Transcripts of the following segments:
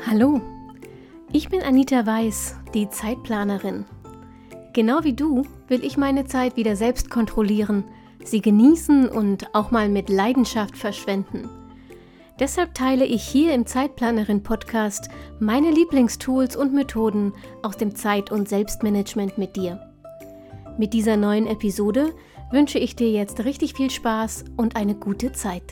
Hallo, ich bin Anita Weiß, die Zeitplanerin. Genau wie du will ich meine Zeit wieder selbst kontrollieren, sie genießen und auch mal mit Leidenschaft verschwenden. Deshalb teile ich hier im Zeitplanerin-Podcast meine Lieblingstools und Methoden aus dem Zeit- und Selbstmanagement mit dir. Mit dieser neuen Episode wünsche ich dir jetzt richtig viel Spaß und eine gute Zeit.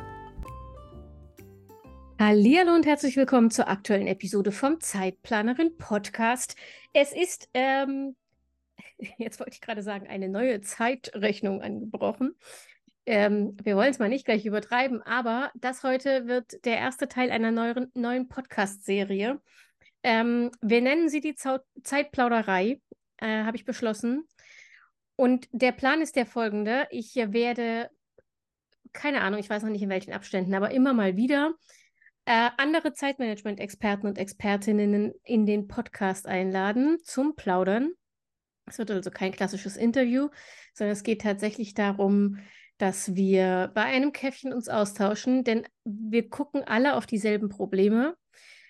Hallihallo und herzlich willkommen zur aktuellen Episode vom Zeitplanerin Podcast. Es ist, jetzt wollte ich gerade sagen, eine neue Zeitrechnung angebrochen. Wir wollen es mal nicht gleich übertreiben, aber das heute wird der erste Teil einer neuen Podcast-Serie. Wir nennen sie die Zeitplauderei, habe ich beschlossen. Und der Plan ist der folgende. Ich werde, keine Ahnung, ich weiß noch nicht in welchen Abständen, aber immer mal wieder andere Zeitmanagement-Experten und Expertinnen in den Podcast einladen zum Plaudern. Es wird also kein klassisches Interview, sondern es geht tatsächlich darum, dass wir bei einem Käffchen uns austauschen, denn wir gucken alle auf dieselben Probleme,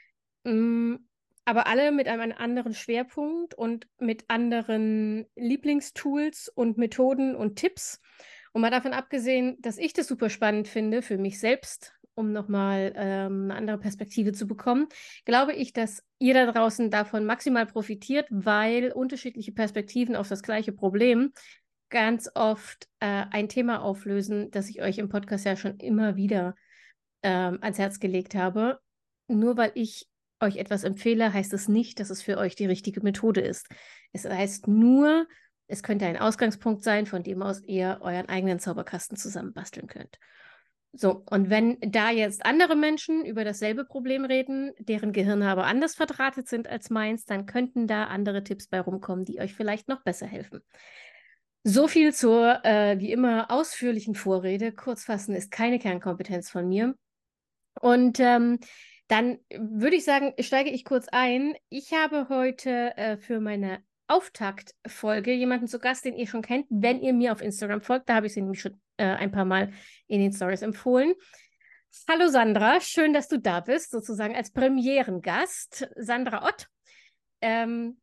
aber alle mit einem anderen Schwerpunkt und mit anderen Lieblingstools und Methoden und Tipps. Und mal davon abgesehen, dass ich das super spannend finde für mich selbst, um nochmal eine andere Perspektive zu bekommen, glaube ich, dass ihr da draußen davon maximal profitiert, weil unterschiedliche Perspektiven auf das gleiche Problem ganz oft ein Thema auflösen, das ich euch im Podcast ja schon immer wieder ans Herz gelegt habe. Nur weil ich euch etwas empfehle, heißt es nicht, dass es für euch die richtige Methode ist. Es heißt nur, es könnte ein Ausgangspunkt sein, von dem aus ihr euren eigenen Zauberkasten zusammenbasteln könnt. So, und wenn da jetzt andere Menschen über dasselbe Problem reden, deren Gehirne aber anders verdrahtet sind als meins, dann könnten da andere Tipps bei rumkommen, die euch vielleicht noch besser helfen. So viel zur, wie immer, ausführlichen Vorrede. Kurzfassen ist keine Kernkompetenz von mir. Und dann würde ich sagen, steige ich kurz ein. Ich habe heute für meine Auftaktfolge jemanden zu Gast, den ihr schon kennt, wenn ihr mir auf Instagram folgt. Da habe ich sie nämlich schon ein paar Mal in den Stories empfohlen. Hallo Sandra, schön, dass du da bist, sozusagen als Premierengast. Sandra Ott. Ähm,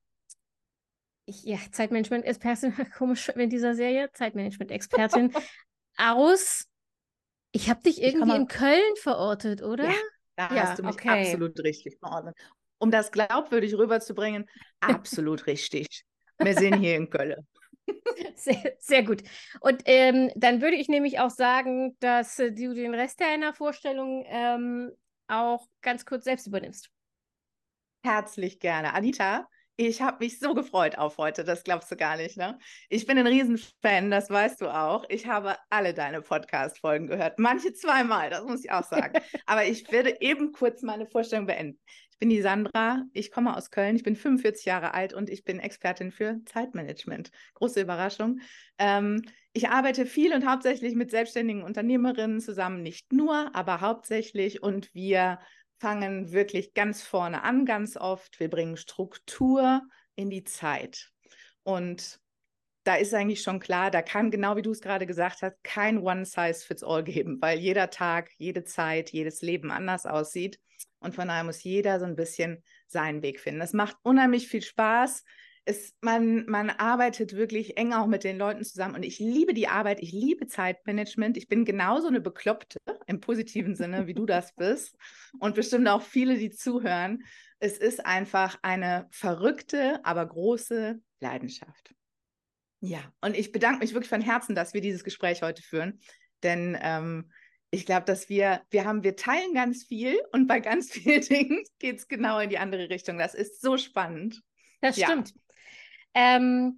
ja, Zeitmanagement-Expertin, komisch in dieser Serie, Zeitmanagement-Expertin aus. Ich habe dich Ich irgendwie komme, in Köln verortet, oder? ja, da hast Ja, du mich okay. absolut richtig verordnet. Um das glaubwürdig rüberzubringen, absolut richtig. Wir sind hier in Köln. Sehr, sehr gut. Und dann würde ich nämlich auch sagen, dass du den Rest deiner Vorstellung auch ganz kurz selbst übernimmst. Herzlich gerne. Anita, ich habe mich so gefreut auf heute, das glaubst du gar nicht, ne? Ich bin ein Riesenfan, das weißt du auch. Ich habe alle deine Podcast-Folgen gehört, manche zweimal, das muss ich auch sagen. Aber ich werde eben kurz meine Vorstellung beenden. Ich bin die Sandra, ich komme aus Köln, ich bin 45 Jahre alt und ich bin Expertin für Zeitmanagement. Große Überraschung. Ich arbeite viel und hauptsächlich mit selbstständigen Unternehmerinnen zusammen, nicht nur, aber hauptsächlich, und wir fangen wirklich ganz vorne an, ganz oft. Wir bringen Struktur in die Zeit. Und da ist eigentlich schon klar, da kann, genau wie du es gerade gesagt hast, kein One-Size-Fits-All geben, weil jeder Tag, jede Zeit, jedes Leben anders aussieht. Und von daher muss jeder so ein bisschen seinen Weg finden. Das macht unheimlich viel Spaß. Man arbeitet wirklich eng auch mit den Leuten zusammen und ich liebe die Arbeit, ich liebe Zeitmanagement. Ich bin genauso eine Bekloppte im positiven Sinne, wie du das bist und bestimmt auch viele, die zuhören. Es ist einfach eine verrückte, aber große Leidenschaft. Ja, und ich bedanke mich wirklich von Herzen, dass wir dieses Gespräch heute führen, denn ich glaube, dass wir teilen ganz viel und bei ganz vielen Dingen geht es genau in die andere Richtung. Das ist so spannend. Das Ja. stimmt. Ähm,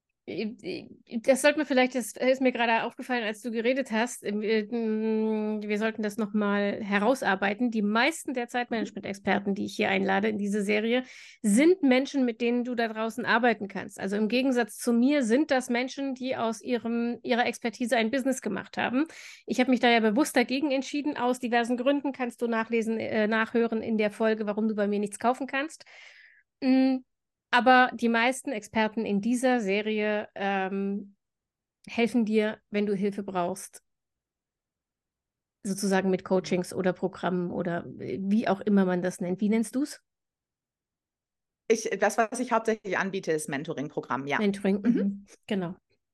Das sollte man vielleicht, das ist mir gerade aufgefallen, als du geredet hast, wir sollten das nochmal herausarbeiten. Die meisten der Zeitmanagement-Experten, die ich hier einlade in diese Serie, sind Menschen, mit denen du da draußen arbeiten kannst. Also im Gegensatz zu mir sind das Menschen, die aus ihrer Expertise ein Business gemacht haben. Ich habe mich da ja bewusst dagegen entschieden. Aus diversen Gründen kannst du nachhören in der Folge, warum du bei mir nichts kaufen kannst. Mm, Aber die meisten Experten in dieser Serie helfen dir, wenn du Hilfe brauchst, sozusagen mit Coachings oder Programmen oder wie auch immer man das nennt. Wie nennst du es? Das, was ich hauptsächlich anbiete, ist Mentoring-Programm, ja. Mentoring, Mhm. genau.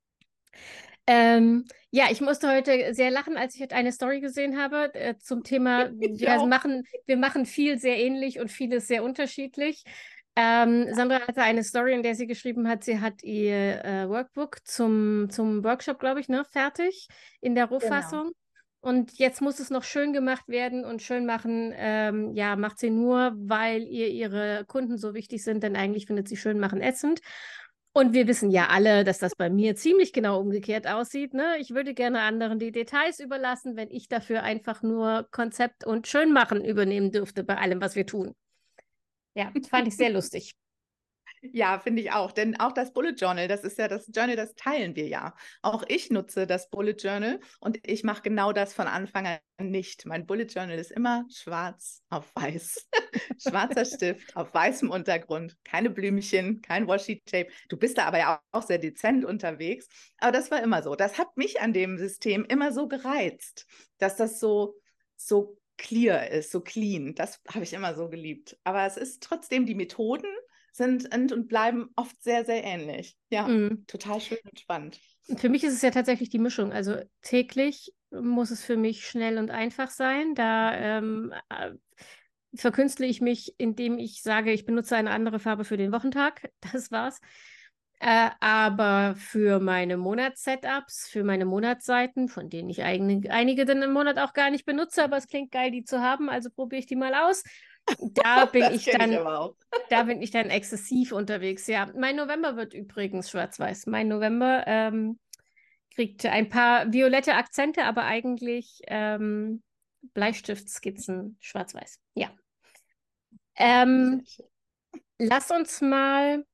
Ja, ich musste heute sehr lachen, als ich heute eine Story gesehen habe zum Thema, Ich auch. wir machen viel sehr ähnlich und vieles sehr unterschiedlich. Sandra hatte eine Story, in der sie geschrieben hat, sie hat ihr Workbook zum Workshop, glaube ich, ne, fertig in der Genau. Rohfassung. Und jetzt muss es noch schön gemacht werden und schön machen, ja, macht sie nur, weil ihr ihre Kunden so wichtig sind, denn eigentlich findet sie schön machen ätzend. Und wir wissen ja alle, dass das bei mir ziemlich genau umgekehrt aussieht, ne? Ich würde gerne anderen die Details überlassen, wenn ich dafür einfach nur Konzept und Schönmachen übernehmen dürfte bei allem, was wir tun. Ja, fand ich sehr lustig. Ja, finde ich auch. Denn auch das Bullet Journal, das ist ja das Journal, das teilen wir ja. Auch ich nutze das Bullet Journal und ich mache genau das von Anfang an nicht. Mein Bullet Journal ist immer schwarz auf weiß. Schwarzer Stift auf weißem Untergrund. Keine Blümchen, kein Washi-Tape. Du bist da aber ja auch sehr dezent unterwegs. Aber das war immer so. Das hat mich an dem System immer so gereizt, dass das so clear ist, so clean. Das habe ich immer so geliebt. Aber es ist trotzdem die Methoden sind und bleiben oft sehr, sehr ähnlich. Ja, Mm. total schön und spannend. Für mich ist es ja tatsächlich die Mischung. Also täglich muss es für mich schnell und einfach sein. Da verkünstle ich mich, indem ich sage, ich benutze eine andere Farbe für den Wochentag. Das war's. Aber für meine Monatssetups, für meine Monatsseiten, von denen ich einige dann im Monat auch gar nicht benutze, aber es klingt geil, die zu haben, also probiere ich die mal aus. Da bin Das ich kenne ich dann, aber auch. da bin ich dann exzessiv unterwegs. Ja, mein November wird übrigens schwarz-weiß. Mein November kriegt ein paar violette Akzente, aber eigentlich Bleistiftskizzen schwarz-weiß. Ja. Sehr Ähm, schön. lass uns mal.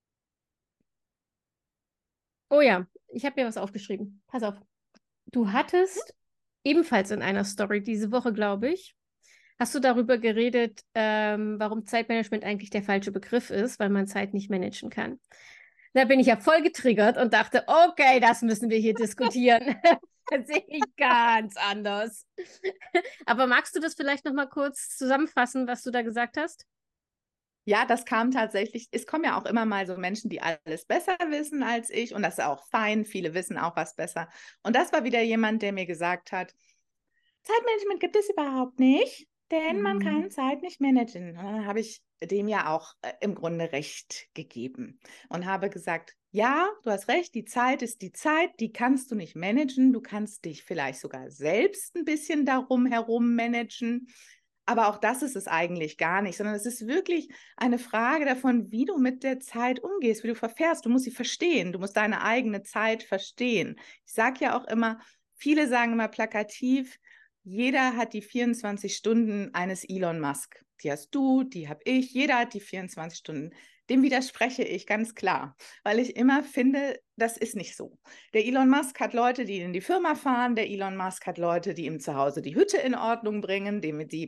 Oh ja, ich habe mir was aufgeschrieben. Pass auf. Du hattest ebenfalls in einer Story diese Woche, glaube ich, hast du darüber geredet, warum Zeitmanagement eigentlich der falsche Begriff ist, weil man Zeit nicht managen kann. Da bin ich ja voll getriggert und dachte, okay, das müssen wir hier diskutieren. Das sehe ich ganz anders. Aber magst du das vielleicht noch mal kurz zusammenfassen, was du da gesagt hast? Ja, das kam tatsächlich, es kommen ja auch immer mal so Menschen, die alles besser wissen als ich und das ist auch fein, viele wissen auch was besser. Und das war wieder jemand, der mir gesagt hat, Zeitmanagement gibt es überhaupt nicht, denn man Mhm. kann Zeit nicht managen. Und dann habe ich dem ja auch im Grunde recht gegeben und habe gesagt, ja, du hast recht, die Zeit ist die Zeit, die kannst du nicht managen. Du kannst dich vielleicht sogar selbst ein bisschen darum herum managen. Aber auch das ist es eigentlich gar nicht, sondern es ist wirklich eine Frage davon, wie du mit der Zeit umgehst, wie du verfährst. Du musst sie verstehen, du musst deine eigene Zeit verstehen. Ich sage ja auch immer, viele sagen immer plakativ, jeder hat die 24 Stunden eines Elon Musk. Die hast du, die habe ich, jeder hat die 24 Stunden. Dem widerspreche ich ganz klar, weil ich immer finde, das ist nicht so. Der Elon Musk hat Leute, die in die Firma fahren, der Elon Musk hat Leute, die ihm zu Hause die Hütte in Ordnung bringen,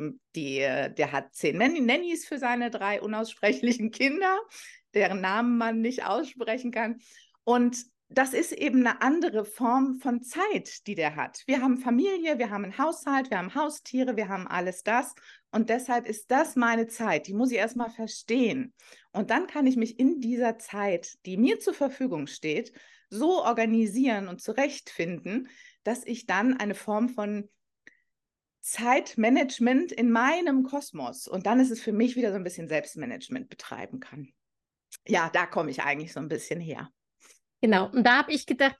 der hat 10 Nannies für seine 3 unaussprechlichen Kinder, deren Namen man nicht aussprechen kann. Und das ist eben eine andere Form von Zeit, die der hat. Wir haben Familie, wir haben einen Haushalt, wir haben Haustiere, wir haben alles das. Und deshalb ist das meine Zeit. Die muss ich erstmal verstehen. Und dann kann ich mich in dieser Zeit, die mir zur Verfügung steht, so organisieren und zurechtfinden, dass ich dann eine Form von Zeitmanagement in meinem Kosmos und dann ist es für mich wieder so ein bisschen Selbstmanagement betreiben kann. Ja, da komme ich eigentlich so ein bisschen her. Genau. Und da habe ich gedacht,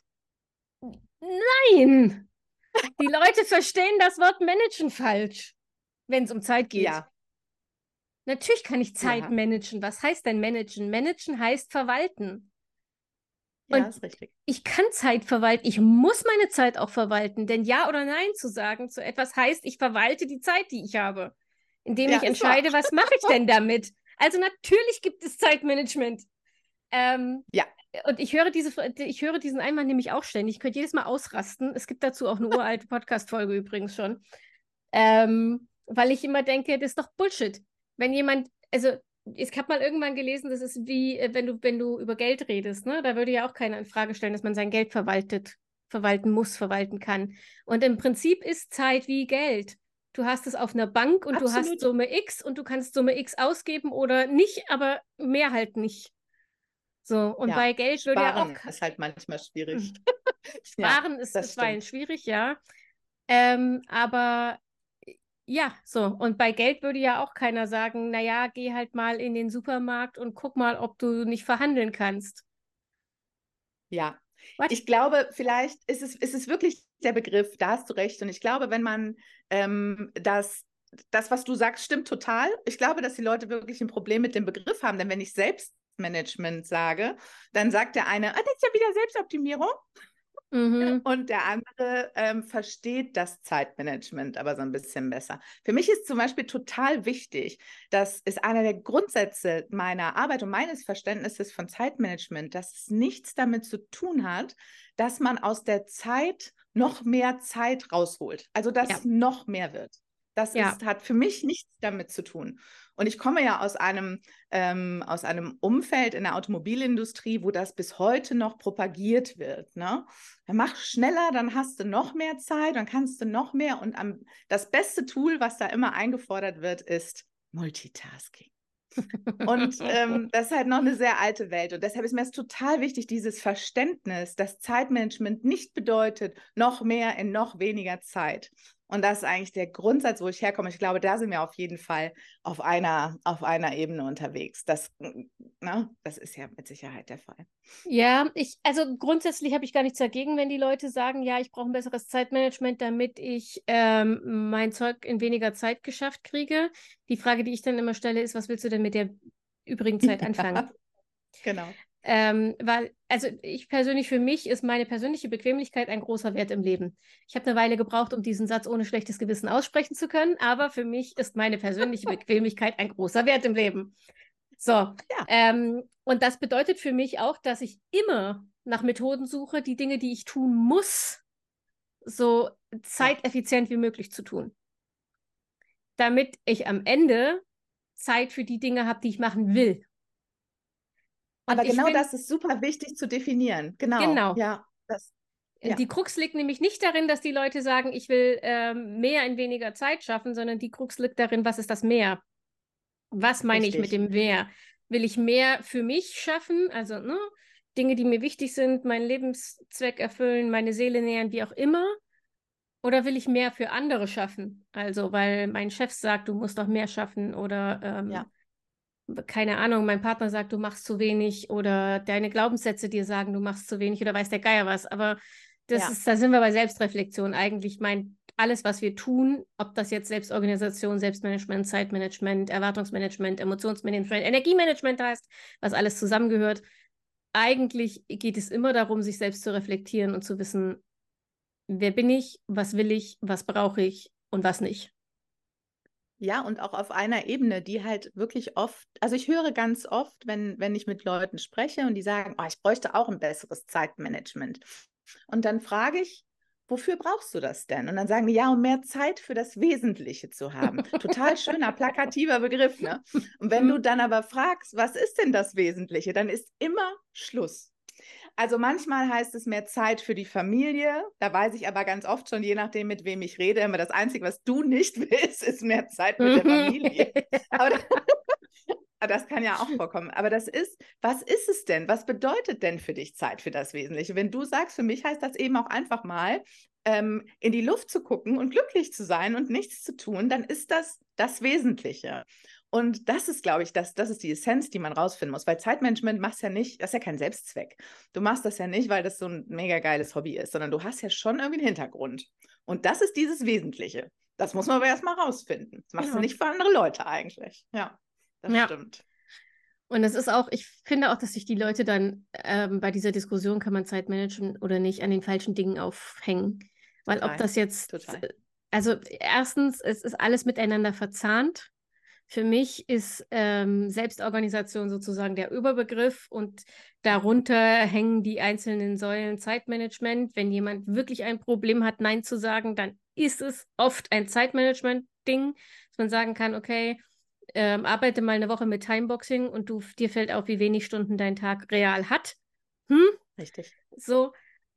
nein, die Leute verstehen das Wort managen falsch, wenn es um Zeit geht. Ja, Natürlich kann ich Zeit ja, managen. Was heißt denn managen? Managen heißt verwalten. ja, Und ist richtig. ich kann Zeit verwalten. Ich muss meine Zeit auch verwalten. Denn Ja oder Nein zu sagen zu etwas heißt, ich verwalte die Zeit, die ich habe, indem Ja, ich ist wahr. entscheide, was mache ich denn damit? Also natürlich gibt es Zeitmanagement. Ähm, Ja, und ich höre diesen Einwand nämlich auch ständig. Ich könnte jedes Mal ausrasten. Es gibt dazu auch eine uralte Podcast-Folge übrigens schon. Weil ich immer denke, das ist doch Bullshit. Wenn jemand, also ich habe mal irgendwann gelesen, das ist wie, wenn du über Geld redest, ne? Da würde ja auch keiner in Frage stellen, dass man sein Geld verwaltet verwalten muss, verwalten kann. Und im Prinzip ist Zeit wie Geld. Du hast es auf einer Bank und du hast Absolut. Summe X und du kannst Summe X ausgeben oder nicht, aber mehr halt nicht. So, und Ja, bei Geld würde ja auch sparen ist halt manchmal schwierig. Ja, sparen ist das bisweilen stimmt. schwierig, ja. Aber ja, so. Und bei Geld würde ja auch keiner sagen, naja, geh halt mal in den Supermarkt und guck mal, ob du nicht verhandeln kannst. Ja, What? ich glaube, vielleicht ist es wirklich der Begriff, da hast du recht. Und ich glaube, wenn man das, was du sagst, stimmt total. Ich glaube, dass die Leute wirklich ein Problem mit dem Begriff haben. Denn wenn ich Selbstmanagement sage, dann sagt der eine, das ist ja wieder Selbstoptimierung. Mhm. Und der andere versteht das Zeitmanagement aber so ein bisschen besser. Für mich ist zum Beispiel total wichtig, das ist einer der Grundsätze meiner Arbeit und meines Verständnisses von Zeitmanagement, dass es nichts damit zu tun hat, dass man aus der Zeit noch mehr Zeit rausholt. Also Ja, dass noch mehr wird. ja, Hat für mich nichts damit zu tun. Und ich komme ja aus einem Umfeld in der Automobilindustrie, wo das bis heute noch propagiert wird. Ne? Dann mach schneller, dann hast du noch mehr Zeit, dann kannst du noch mehr. Und das beste Tool, was da immer eingefordert wird, ist Multitasking. Und das ist halt noch eine sehr alte Welt. Und deshalb ist mir es total wichtig, dieses Verständnis, dass Zeitmanagement nicht bedeutet, noch mehr in noch weniger Zeit. Und das ist eigentlich der Grundsatz, wo ich herkomme. Ich glaube, da sind wir auf jeden Fall auf einer Ebene unterwegs. Das ist ja mit Sicherheit der Fall. Ja, also grundsätzlich habe ich gar nichts dagegen, wenn die Leute sagen, ja, ich brauche ein besseres Zeitmanagement, damit ich mein Zeug in weniger Zeit geschafft kriege. Die Frage, die ich dann immer stelle, ist, was willst du denn mit der übrigen Zeit anfangen? Ja, genau. Also ich persönlich, für mich ist meine persönliche Bequemlichkeit ein großer Wert im Leben. Ich habe eine Weile gebraucht, um diesen Satz ohne schlechtes Gewissen aussprechen zu können, aber für mich ist meine persönliche Bequemlichkeit ein großer Wert im Leben. So, Ja, und das bedeutet für mich auch, dass ich immer nach Methoden suche, die Dinge, die ich tun muss, so ja. zeiteffizient wie möglich zu tun, damit ich am Ende Zeit für die Dinge habe, die ich machen will. Und Aber ich genau finde, das ist super wichtig zu definieren. Genau, genau, ja, ja, die Krux liegt nämlich nicht darin, dass die Leute sagen, ich will mehr in weniger Zeit schaffen, sondern die Krux liegt darin, was ist das Mehr? Was meine ich mit richtig. dem Mehr? Will ich mehr für mich schaffen? Also ne, Dinge, die mir wichtig sind, meinen Lebenszweck erfüllen, meine Seele nähern, wie auch immer? Oder will ich mehr für andere schaffen? Also, weil mein Chef sagt, du musst doch mehr schaffen oder Ja, keine Ahnung, mein Partner sagt, du machst zu wenig oder deine Glaubenssätze dir sagen, du machst zu wenig oder weiß der Geier was. Aber ja, da sind wir bei Selbstreflexion. Eigentlich meint alles, was wir tun, ob das jetzt Selbstorganisation, Selbstmanagement, Zeitmanagement, Erwartungsmanagement, Emotionsmanagement, Energiemanagement heißt, was alles zusammengehört. Eigentlich geht es immer darum, sich selbst zu reflektieren und zu wissen, wer bin ich, was will ich, was brauche ich und was nicht. ja, und auch auf einer Ebene, die halt wirklich oft, also ich höre ganz oft, wenn ich mit Leuten spreche und die sagen, oh, ich bräuchte auch ein besseres Zeitmanagement. Und dann frage ich, wofür brauchst du das denn? Und dann sagen die, ja, um mehr Zeit für das Wesentliche zu haben. Total schöner, plakativer Begriff, ne? Und wenn du dann aber fragst, was ist denn das Wesentliche, dann ist immer Schluss. Also manchmal heißt es mehr Zeit für die Familie. Da weiß ich aber ganz oft schon, je nachdem, mit wem ich rede, immer das Einzige, was du nicht willst, ist mehr Zeit mit der Familie. Aber das kann ja auch vorkommen. Aber was ist es denn? Was bedeutet denn für dich Zeit für das Wesentliche? Wenn du sagst, für mich heißt das eben auch einfach mal, in die Luft zu gucken und glücklich zu sein und nichts zu tun, dann ist das Wesentliche. Und das ist, glaube ich, das ist die Essenz, die man rausfinden muss. Weil Zeitmanagement machst ja nicht, das ist ja kein Selbstzweck. Du machst das ja nicht, weil das so ein mega geiles Hobby ist, sondern du hast ja schon irgendwie einen Hintergrund. Und das ist dieses Wesentliche. Das muss man aber erstmal rausfinden. Das machst du Genau. nicht für andere Leute eigentlich. Ja, das Ja. stimmt. Und es ist auch, ich finde auch, dass sich die Leute dann bei dieser Diskussion, kann man Zeit managen oder nicht, an den falschen Dingen aufhängen. Weil ob Total. das jetzt, Total. also erstens, es ist alles miteinander verzahnt. Für mich ist Selbstorganisation sozusagen der Überbegriff und darunter hängen die einzelnen Säulen Zeitmanagement. Wenn jemand wirklich ein Problem hat, Nein zu sagen, dann ist es oft ein Zeitmanagement-Ding, dass man sagen kann, okay, arbeite mal eine Woche mit Timeboxing und dir fällt auf, wie wenig Stunden dein Tag real hat. Hm? Richtig. So.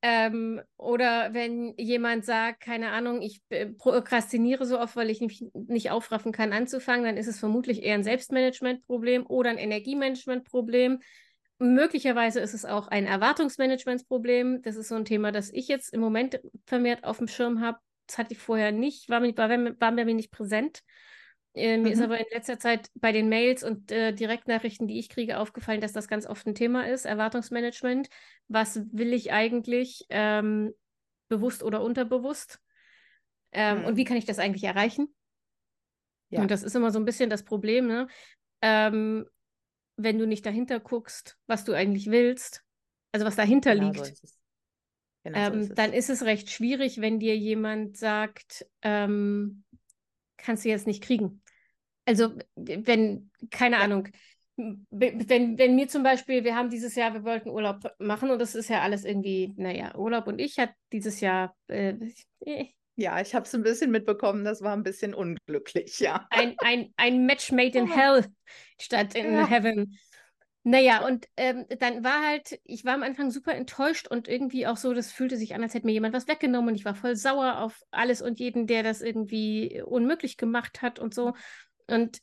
Oder wenn jemand sagt, keine Ahnung, ich prokrastiniere so oft, weil ich mich nicht aufraffen kann, anzufangen, dann ist es vermutlich eher ein Selbstmanagementproblem oder ein Energiemanagementproblem. Möglicherweise ist es auch ein Erwartungsmanagementproblem. Das ist so ein Thema, das ich jetzt im Moment vermehrt auf dem Schirm habe. Das hatte ich vorher nicht, war bei mir nicht präsent. Mir ist Mhm. aber in letzter Zeit bei den Mails und Direktnachrichten, die ich kriege, aufgefallen, dass das ganz oft ein Thema ist, Erwartungsmanagement. Was will ich eigentlich, bewusst oder unterbewusst? Und wie Mhm. kann ich das eigentlich erreichen? Und Ja, das ist immer so ein bisschen das Problem, ne? Ähm, wenn du nicht dahinter guckst, was du eigentlich willst, also was dahinter genau so liegt, ist es. Genau so ist dann es. ist es recht schwierig, wenn dir jemand sagt, kannst du jetzt nicht kriegen. Also, wenn, keine Ja, Ahnung, wenn mir zum Beispiel, wir haben dieses Jahr, wir wollten Urlaub machen und das ist ja alles irgendwie, naja, Urlaub und ich hat dieses Jahr äh, ja, ich habe es ein bisschen mitbekommen, das war ein bisschen unglücklich, ja. ein Match made in Aber, hell statt in ja, heaven. Naja, und dann war halt, ich war am Anfang super enttäuscht und irgendwie auch so, das fühlte sich an, als hätte mir jemand was weggenommen und ich war voll sauer auf alles und jeden, der das irgendwie unmöglich gemacht hat und so. Und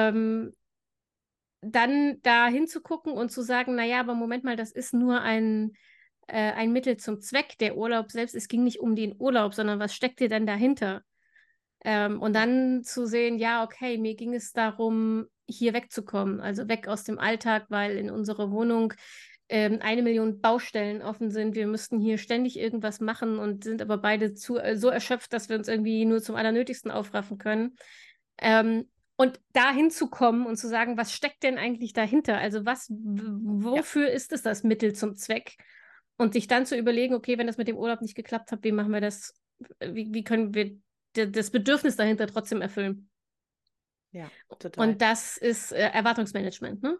dann da hinzugucken und zu sagen, naja, aber Moment mal, das ist nur ein Mittel zum Zweck. Der Urlaub selbst, es ging nicht um den Urlaub, sondern was steckt dir denn dahinter? Und ja, dann zu sehen, ja, okay, mir ging es darum, hier wegzukommen, also weg aus dem Alltag, weil in unserer Wohnung 1 Million Baustellen offen sind. Wir müssten hier ständig irgendwas machen und sind aber beide so erschöpft, dass wir uns irgendwie nur zum Allernötigsten aufraffen können. Und da hinzukommen und zu sagen, was steckt denn eigentlich dahinter? Also ja, wofür ist es das Mittel zum Zweck? Und sich dann zu überlegen, okay, wenn das mit dem Urlaub nicht geklappt hat, wie machen wir das? Wie können wir das Bedürfnis dahinter trotzdem erfüllen? ja, total. Und das ist Erwartungsmanagement, ne?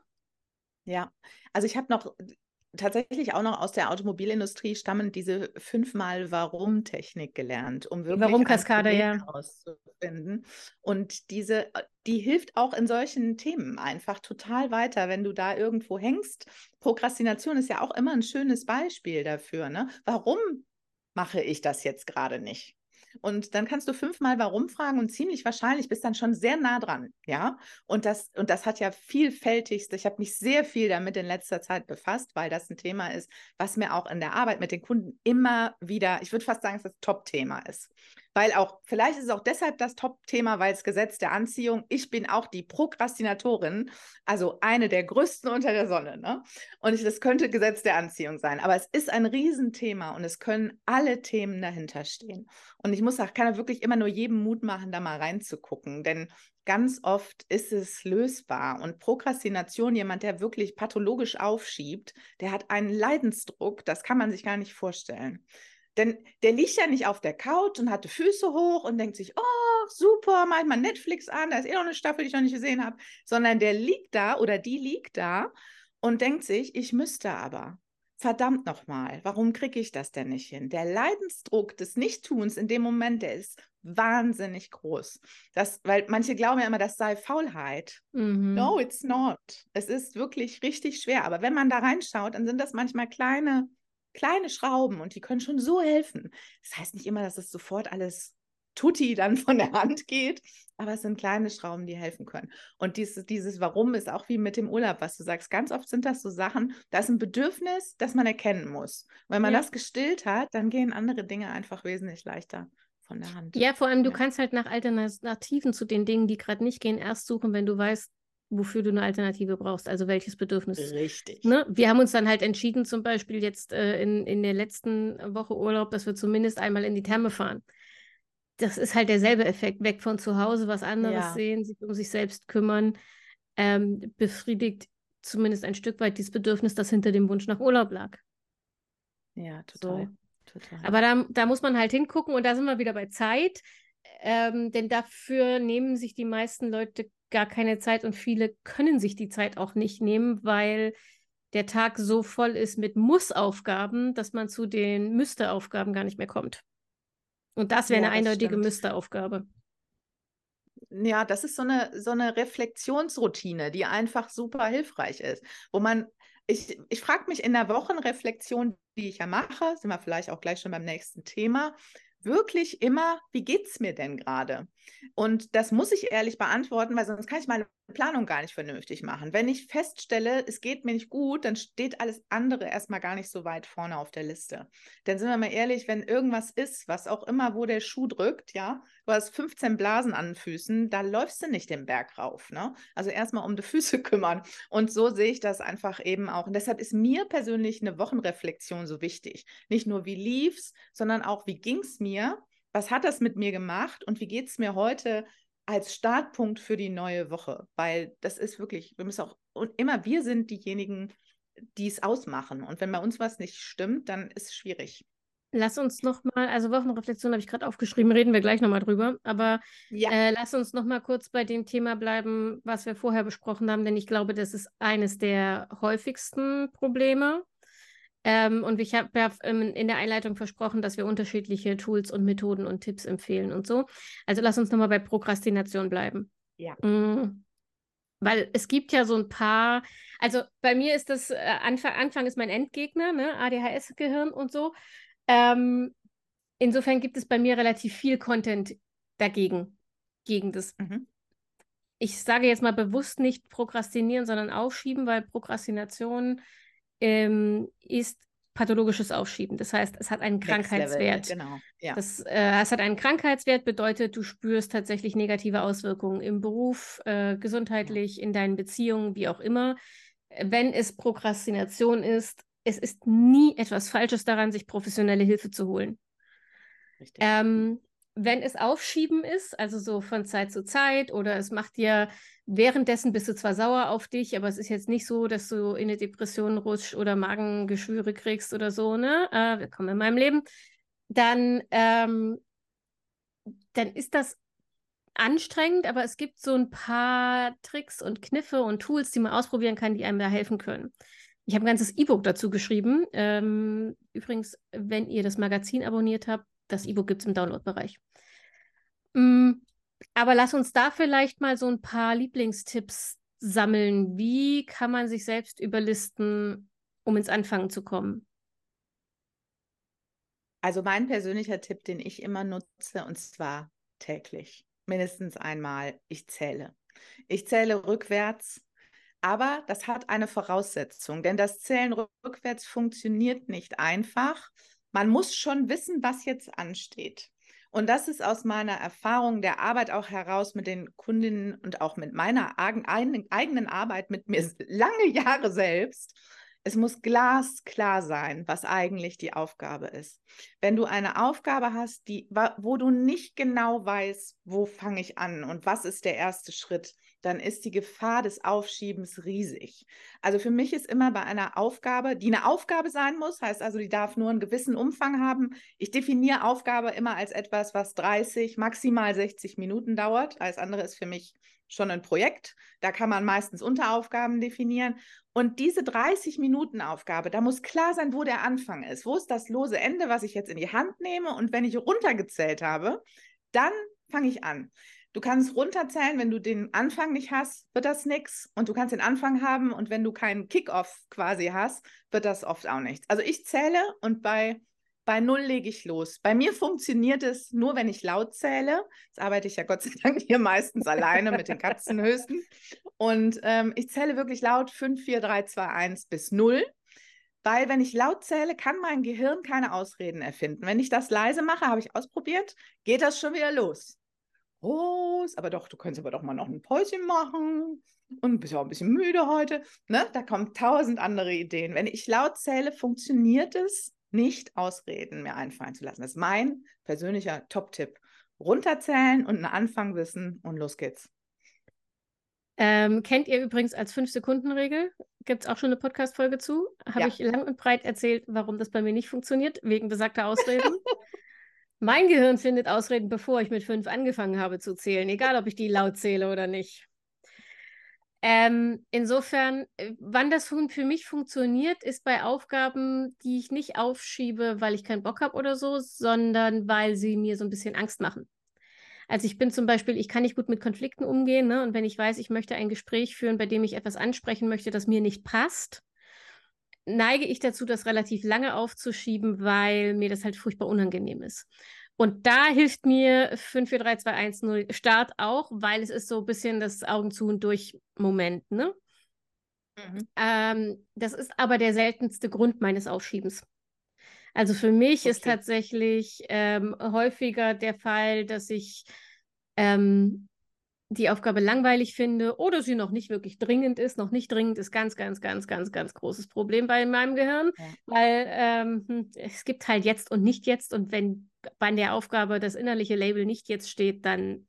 Ja, also ich habe noch tatsächlich auch noch aus der Automobilindustrie stammend diese 5-mal-Warum-Technik gelernt, um Die wirklich ein Warum-Kaskade, Problem ja. herauszufinden. Und die hilft auch in solchen Themen einfach total weiter, wenn du da irgendwo hängst. Prokrastination ist ja auch immer ein schönes Beispiel dafür, ne? Warum mache ich das jetzt gerade nicht? Und dann kannst du 5-mal Warum fragen und ziemlich wahrscheinlich bist dann schon sehr nah dran, ja? Und das hat ja vielfältigst, ich habe mich sehr viel damit in letzter Zeit befasst, weil das ein Thema ist, was mir auch in der Arbeit mit den Kunden immer wieder, ich würde fast sagen, dass das Top-Thema ist. Weil auch, vielleicht ist es auch deshalb das Top-Thema, weil das Gesetz der Anziehung, ich bin auch die Prokrastinatorin, also eine der größten unter der Sonne, ne? Und das könnte Gesetz der Anziehung sein. Aber es ist ein Riesenthema und es können alle Themen dahinter stehen. Und ich muss sagen, kann da wirklich immer nur jedem Mut machen, da mal reinzugucken, denn ganz oft ist es lösbar. Und Prokrastination, jemand, der wirklich pathologisch aufschiebt, der hat einen Leidensdruck, das kann man sich gar nicht vorstellen. Denn der liegt ja nicht auf der Couch und hat die Füße hoch und denkt sich, oh, super, mach ich mal Netflix an, da ist eh noch eine Staffel, die ich noch nicht gesehen habe, sondern der liegt da oder die liegt da und denkt sich, ich müsste aber. Verdammt nochmal, warum kriege ich das denn nicht hin? Der Leidensdruck des Nichttuns in dem Moment, der ist wahnsinnig groß. Weil manche glauben ja immer, das sei Faulheit. No, Mhm. it's not. Es ist wirklich richtig schwer. Aber wenn man da reinschaut, dann sind das manchmal kleine Schrauben und die können schon so helfen. Das heißt nicht immer, dass es sofort alles tutti dann von der Hand geht, aber es sind kleine Schrauben, die helfen können. Und dieses Warum ist auch wie mit dem Urlaub, was du sagst. Ganz oft sind das so Sachen, da ist ein Bedürfnis, das man erkennen muss. Und wenn man Ja. das gestillt hat, dann gehen andere Dinge einfach wesentlich leichter von der Hand. Ja, vor allem, du Ja, kannst halt nach Alternativen zu den Dingen, die gerade nicht gehen, erst suchen, wenn du weißt, wofür du eine Alternative brauchst, also welches Bedürfnis. richtig. Ne? Wir haben uns dann halt entschieden, zum Beispiel jetzt in der letzten Woche Urlaub, dass wir zumindest einmal in die Therme fahren. Das ist halt derselbe Effekt, weg von zu Hause, was anderes Ja, sehen, sich um sich selbst kümmern, befriedigt zumindest ein Stück weit dieses Bedürfnis, das hinter dem Wunsch nach Urlaub lag. ja, So. total. Total. Aber da muss man halt hingucken und da sind wir wieder bei Zeit, denn dafür nehmen sich die meisten Leute gar keine Zeit und viele können sich die Zeit auch nicht nehmen, weil der Tag so voll ist mit Muss-Aufgaben, dass man zu den Müsste-Aufgaben gar nicht mehr kommt. Und das wäre eine Ja, das eindeutige stimmt. Müsste-Aufgabe. Ja, das ist so eine Reflexionsroutine, die einfach super hilfreich ist, wo man Ich frage mich in der Wochenreflexion, die ich ja mache, sind wir vielleicht auch gleich schon beim nächsten Thema, wirklich immer, wie geht es mir denn gerade? Und das muss ich ehrlich beantworten, weil sonst kann ich meine Planung gar nicht vernünftig machen. Wenn ich feststelle, es geht mir nicht gut, dann steht alles andere erstmal gar nicht so weit vorne auf der Liste. Denn sind wir mal ehrlich, wenn irgendwas ist, was auch immer, wo der Schuh drückt, ja, du hast 15 Blasen an den Füßen, da läufst du nicht den Berg rauf, ne? Also erstmal um die Füße kümmern. Und so sehe ich das einfach eben auch. Und deshalb ist mir persönlich eine Wochenreflexion so wichtig. Nicht nur, wie lief's, sondern auch, wie ging's mir? Was hat das mit mir gemacht und wie geht es mir heute als Startpunkt für die neue Woche? Weil das ist wirklich, wir müssen auch, und immer wir sind diejenigen, die es ausmachen. Und wenn bei uns was nicht stimmt, dann ist es schwierig. Lass uns nochmal, also Wochenreflexion habe ich gerade aufgeschrieben, reden wir gleich nochmal drüber, aber Ja. lass uns nochmal kurz bei dem Thema bleiben, was wir vorher besprochen haben, denn ich glaube, das ist eines der häufigsten Probleme. Und ich habe ja in der Einleitung versprochen, dass wir unterschiedliche Tools und Methoden und Tipps empfehlen und so. Also lass uns nochmal bei Prokrastination bleiben. Ja. Weil es gibt ja so ein paar, also bei mir ist das, Anfang ist mein Endgegner, ne? ADHS-Gehirn und so. Ähm, insofern gibt es bei mir relativ viel Content dagegen, gegen das. Mhm. Ich sage jetzt mal bewusst nicht prokrastinieren, sondern aufschieben, weil Prokrastination ist pathologisches Aufschieben. Das heißt, es hat einen Next Level, Krankheitswert. genau. Ja. Es hat einen Krankheitswert, bedeutet, du spürst tatsächlich negative Auswirkungen im Beruf, Ja, gesundheitlich, in deinen Beziehungen, wie auch immer. Wenn es Prokrastination ist, es ist nie etwas Falsches daran, sich professionelle Hilfe zu holen. richtig. Ähm, wenn es Aufschieben ist, also so von Zeit zu Zeit, oder es macht dir währenddessen bist du zwar sauer auf dich, aber es ist jetzt nicht so, dass du in eine Depression rutschst oder Magengeschwüre kriegst oder so, ne? Willkommen in meinem Leben. Dann, dann ist das anstrengend, aber es gibt so ein paar Tricks und Kniffe und Tools, die man ausprobieren kann, die einem da helfen können. Ich habe ein ganzes E-Book dazu geschrieben. Übrigens, wenn ihr das Magazin abonniert habt, das E-Book gibt es im Download-Bereich. Mm, aber lass uns da vielleicht mal so ein paar Lieblingstipps sammeln. Wie kann man sich selbst überlisten, um ins Anfangen zu kommen? Also mein persönlicher Tipp, den ich immer nutze, und zwar täglich, mindestens einmal, ich zähle. Ich zähle rückwärts. Aber das hat eine Voraussetzung, denn das Zählen rückwärts funktioniert nicht einfach. Man muss schon wissen, was jetzt ansteht. Und das ist aus meiner Erfahrung der Arbeit auch heraus mit den Kundinnen und auch mit meiner eigenen Arbeit mit mir lange Jahre selbst. Es muss glasklar sein, was eigentlich die Aufgabe ist. Wenn du eine Aufgabe hast, wo du nicht genau weißt, wo fange ich an und was ist der erste Schritt, dann ist die Gefahr des Aufschiebens riesig. Also für mich ist immer bei einer Aufgabe, die eine Aufgabe sein muss, heißt also, die darf nur einen gewissen Umfang haben. Ich definiere Aufgabe immer als etwas, was 30, maximal 60 Minuten dauert. Alles andere ist für mich schon ein Projekt. Da kann man meistens Unteraufgaben definieren. Und diese 30-Minuten-Aufgabe, da muss klar sein, wo der Anfang ist. Wo ist das lose Ende, was ich jetzt in die Hand nehme? Und wenn ich runtergezählt habe, dann fange ich an. Du kannst runterzählen, wenn du den Anfang nicht hast, wird das nichts. Und du kannst den Anfang haben und wenn du keinen Kick-Off quasi hast, wird das oft auch nichts. Also ich zähle und bei 0 lege ich los. Bei mir funktioniert es nur, wenn ich laut zähle. Jetzt arbeite ich ja Gott sei Dank hier meistens alleine mit den Katzen höchstens. Und ich zähle wirklich laut 5, 4, 3, 2, 1 bis 0. Weil wenn ich laut zähle, kann mein Gehirn keine Ausreden erfinden. Wenn ich das leise mache, habe ich ausprobiert, geht das schon wieder los. Groß, aber doch, du könntest aber doch mal noch ein Päuschen machen und bist ja auch ein bisschen müde heute. Ne? Da kommen 1000 andere Ideen. Wenn ich laut zähle, funktioniert es nicht, Ausreden mir einfallen zu lassen. Das ist mein persönlicher Top-Tipp. Runterzählen und einen Anfang wissen und los geht's. Kennt ihr übrigens als 5-Sekunden-Regel? Gibt es auch schon eine Podcast-Folge zu? Habe Ja. ich lang und breit erzählt, warum das bei mir nicht funktioniert, wegen besagter Ausreden. Mein Gehirn findet Ausreden, bevor ich mit 5 angefangen habe zu zählen, egal ob ich die laut zähle oder nicht. Insofern, wann das für mich funktioniert, ist bei Aufgaben, die ich nicht aufschiebe, weil ich keinen Bock habe oder so, sondern weil sie mir so ein bisschen Angst machen. Also ich bin zum Beispiel, ich kann nicht gut mit Konflikten umgehen, ne? Und wenn ich weiß, ich möchte ein Gespräch führen, bei dem ich etwas ansprechen möchte, das mir nicht passt, neige ich dazu, das relativ lange aufzuschieben, weil mir das halt furchtbar unangenehm ist. Und da hilft mir 5, 4, 3, 2, 1, 0 Start auch, weil es ist so ein bisschen das Augen zu und durch Moment, ne? Mhm. Das ist aber der seltenste Grund meines Aufschiebens. Also für mich ist Okay. tatsächlich häufiger der Fall, dass ich ähm, die Aufgabe langweilig finde oder sie noch nicht wirklich dringend ist. Noch nicht dringend ist ganz, ganz, ganz, ganz, ganz großes Problem bei meinem Gehirn, Ja. weil es gibt halt jetzt und nicht jetzt. Und wenn bei der Aufgabe das innerliche Label nicht jetzt steht,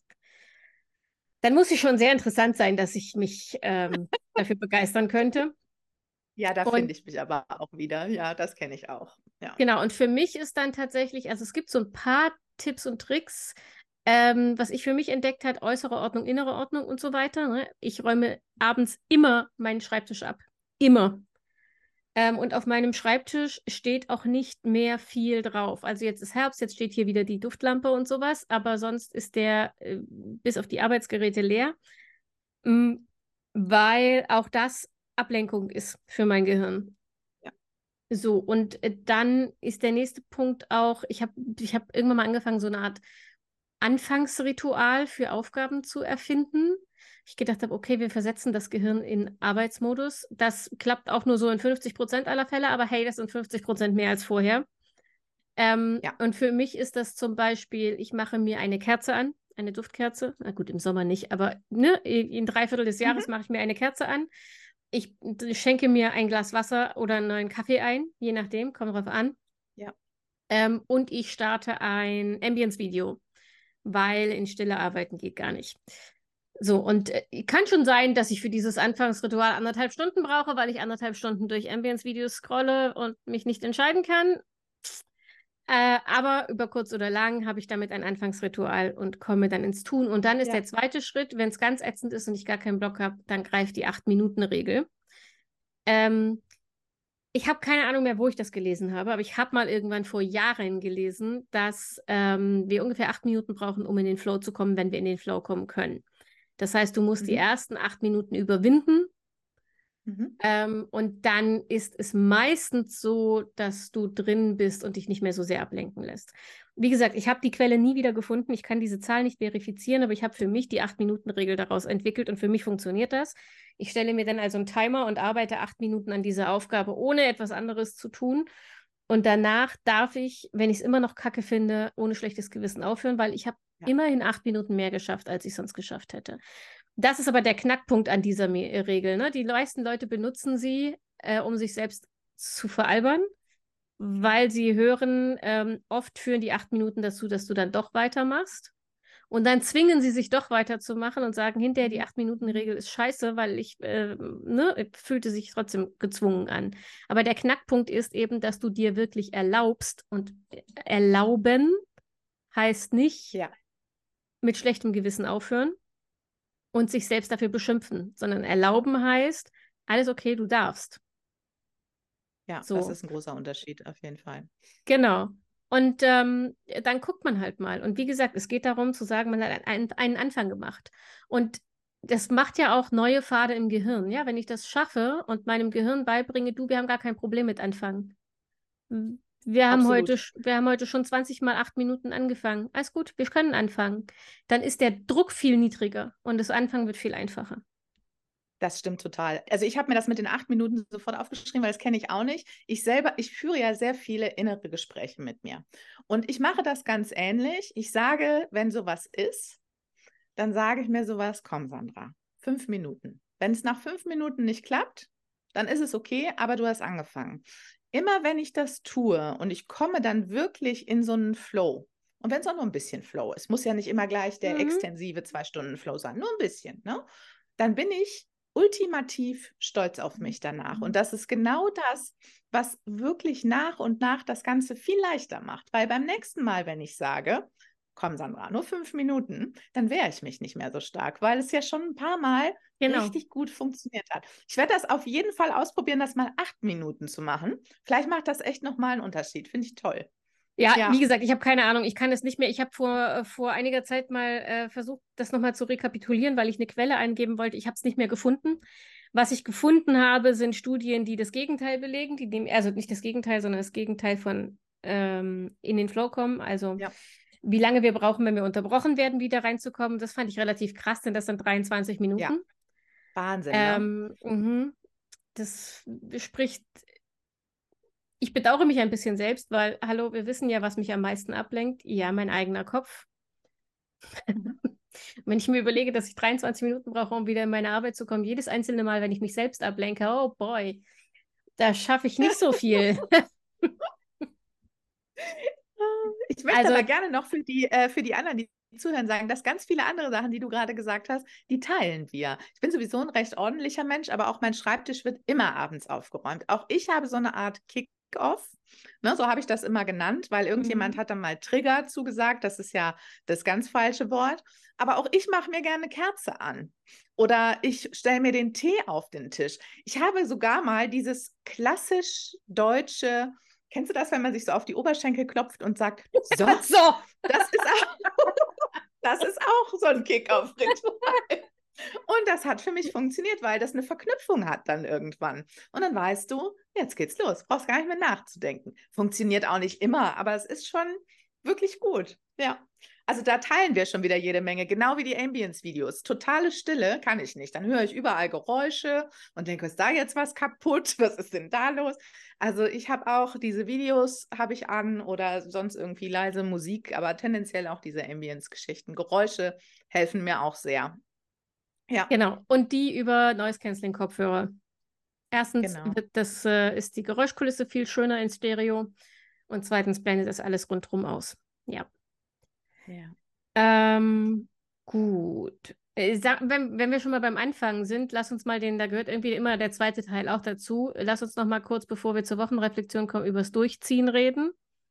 dann muss sie schon sehr interessant sein, dass ich mich dafür begeistern könnte. Ja, da Und finde ich mich aber auch wieder. Ja, das kenne ich auch. Ja. genau, und für mich ist dann tatsächlich, also es gibt so ein paar Tipps und Tricks, was ich für mich entdeckt habe, äußere Ordnung, innere Ordnung und so weiter. Ne? Ich räume abends immer meinen Schreibtisch ab. Immer. Und auf meinem Schreibtisch steht auch nicht mehr viel drauf. Also jetzt ist Herbst, jetzt steht hier wieder die Duftlampe und sowas, aber sonst ist der bis auf die Arbeitsgeräte leer, mm, weil auch das Ablenkung ist für mein Gehirn. Ja. So, und dann ist der nächste Punkt auch, ich hab irgendwann mal angefangen, so eine Art Anfangsritual für Aufgaben zu erfinden. Ich gedacht habe, okay, wir versetzen das Gehirn in Arbeitsmodus. Das klappt auch nur so in 50% aller Fälle, aber hey, das sind 50% mehr als vorher. Ja. Und für mich ist das zum Beispiel, ich mache mir eine Kerze an, eine Duftkerze. Na gut, im Sommer nicht, aber ne, in 3/4 des Mhm. Jahres mache ich mir eine Kerze an. Ich schenke mir ein Glas Wasser oder einen neuen Kaffee ein, je nachdem, kommt drauf an. Ja. Und ich starte ein Ambience-Video, weil in Stille arbeiten geht gar nicht. So, und kann schon sein, dass ich für dieses Anfangsritual 1,5 Stunden brauche, weil ich 1,5 Stunden durch Ambience-Videos scrolle und mich nicht entscheiden kann. Aber über kurz oder lang habe ich damit ein Anfangsritual und komme dann ins Tun. Und dann ist Ja. der zweite Schritt, wenn es ganz ätzend ist und ich gar keinen Bock habe, dann greift die 8-Minuten-Regel. Ähm, Ich habe keine Ahnung mehr, wo ich das gelesen habe, aber ich habe mal irgendwann vor Jahren gelesen, dass wir ungefähr 8 Minuten brauchen, um in den Flow zu kommen, wenn wir in den Flow kommen können. Das heißt, du musst die Mhm. ersten 8 Minuten überwinden, Mhm. und dann ist es meistens so, dass du drin bist und dich nicht mehr so sehr ablenken lässt. Wie gesagt, ich habe die Quelle nie wieder gefunden. Ich kann diese Zahl nicht verifizieren, aber ich habe für mich die 8-Minuten-Regel daraus entwickelt und für mich funktioniert das. Ich stelle mir dann also einen Timer und arbeite 8 Minuten an dieser Aufgabe, ohne etwas anderes zu tun. Und danach darf ich, wenn ich es immer noch kacke finde, ohne schlechtes Gewissen aufhören, weil ich habe Ja. immerhin 8 Minuten mehr geschafft, als ich sonst geschafft hätte. Das ist aber der Knackpunkt an dieser Regel. Ne? Die meisten Leute benutzen sie, um sich selbst zu veralbern, weil sie hören, oft führen die 8 Minuten dazu, dass du dann doch weitermachst. Und dann zwingen sie sich doch weiterzumachen und sagen hinterher, die Mhm. 8-Minuten-Regel ist scheiße, weil ne, fühlte sich trotzdem gezwungen an. Aber der Knackpunkt ist eben, dass du dir wirklich erlaubst und erlauben heißt nicht Ja. mit schlechtem Gewissen aufhören und sich selbst dafür beschimpfen, sondern erlauben heißt, alles okay, du darfst. Ja, das So, ist ein großer Unterschied auf jeden Fall. genau. Und dann guckt man halt mal. Und wie gesagt, es geht darum zu sagen, man hat einen Anfang gemacht. Und das macht ja auch neue Pfade im Gehirn. Ja, wenn ich das schaffe und meinem Gehirn beibringe, du, wir haben gar kein Problem mit Anfangen. Absolut. Wir haben heute schon 20 mal 8 Minuten angefangen. Alles gut, wir können anfangen. Dann ist der Druck viel niedriger und das Anfangen wird viel einfacher. Das stimmt total. Also ich habe mir das mit den 8 Minuten sofort aufgeschrieben, weil das kenne ich auch nicht. Ich führe ja sehr viele innere Gespräche mit mir. Und ich mache das ganz ähnlich. Ich sage, wenn sowas ist, dann sage ich mir sowas, komm, Sandra, 5 Minuten. Wenn es nach 5 Minuten nicht klappt, dann ist es okay, aber du hast angefangen. Immer wenn ich das tue und ich komme dann wirklich in so einen Flow, und wenn es auch nur ein bisschen Flow ist, muss ja nicht immer gleich der Mhm, extensive 2 Stunden Flow sein, nur ein bisschen, ne? Dann bin ich ultimativ stolz auf mich danach. Und das ist genau das, was wirklich nach und nach das Ganze viel leichter macht. Weil beim nächsten Mal, wenn ich sage, komm, Sandra, nur 5 Minuten, dann wehre ich mich nicht mehr so stark, weil es ja schon ein paar Mal genau. richtig gut funktioniert hat. Ich werde das auf jeden Fall ausprobieren, das mal 8 Minuten zu machen. Vielleicht macht das echt nochmal einen Unterschied. Finde ich toll. Ja, wie Ja. gesagt, ich habe keine Ahnung, ich kann es nicht mehr. Ich habe vor einiger Zeit mal versucht, das nochmal zu rekapitulieren, weil ich eine Quelle eingeben wollte. Ich habe es nicht mehr gefunden, Was ich gefunden habe, sind Studien, die das Gegenteil belegen, die dem, also nicht das Gegenteil, sondern das Gegenteil von in den Flow kommen. Also Ja, wie lange wir brauchen, wenn wir unterbrochen werden, wieder reinzukommen. Das fand ich relativ krass, denn das sind 23 ja, Minuten. Wahnsinn, ne? Das spricht, ich bedauere mich ein bisschen selbst, weil, hallo, wir wissen ja, was mich am meisten ablenkt. Ja, mein eigener Kopf. Mhm. Wenn ich mir überlege, dass ich 23 Minuten brauche, um wieder in meine Arbeit zu kommen, jedes einzelne Mal, wenn ich mich selbst ablenke, oh boy, da schaffe ich nicht so viel. Ich möchte Also, aber gerne noch für die anderen, die zuhören, sagen, dass ganz viele andere Sachen, die du gerade gesagt hast, die teilen wir. Ich bin sowieso ein recht ordentlicher Mensch, aber auch mein Schreibtisch wird immer abends aufgeräumt. Auch ich habe so eine Art Kick-Off. Ne, so habe ich das immer genannt, weil irgendjemand mhm. hat dann mal Trigger zugesagt. Das ist ja das ganz falsche Wort. Aber auch ich mache mir gerne eine Kerze an. Oder ich stelle mir den Tee auf den Tisch. Ich habe sogar mal dieses klassisch deutsche. Kennst du das, wenn man sich so auf die Oberschenkel klopft und sagt, so, So, das ist auch, das ist auch so ein Kick-Off-Ritual. Und das hat für mich funktioniert, weil das eine Verknüpfung hat dann irgendwann. Und dann weißt du, jetzt geht's los, brauchst gar nicht mehr nachzudenken. Funktioniert auch nicht immer, aber es ist schon wirklich gut. Ja. Also da teilen wir schon wieder jede Menge, genau wie die Ambience-Videos. Totale Stille kann ich nicht. Dann höre ich überall Geräusche und denke, ist da jetzt was kaputt? Was ist denn da los? Also ich habe auch diese Videos habe ich an oder sonst irgendwie leise Musik, aber tendenziell auch diese Ambience-Geschichten. Geräusche helfen mir auch sehr. Ja, genau. Und die über Noise-Canceling-Kopfhörer. Erstens genau. ist die Geräuschkulisse viel schöner in Stereo und zweitens blendet das alles rundherum aus. Ja. Ja. Ähm, gut. Wenn wir schon mal beim Anfang sind, lass uns mal da gehört irgendwie immer der zweite Teil auch dazu. Lass uns noch mal kurz, bevor wir zur Wochenreflexion kommen, übers Durchziehen reden.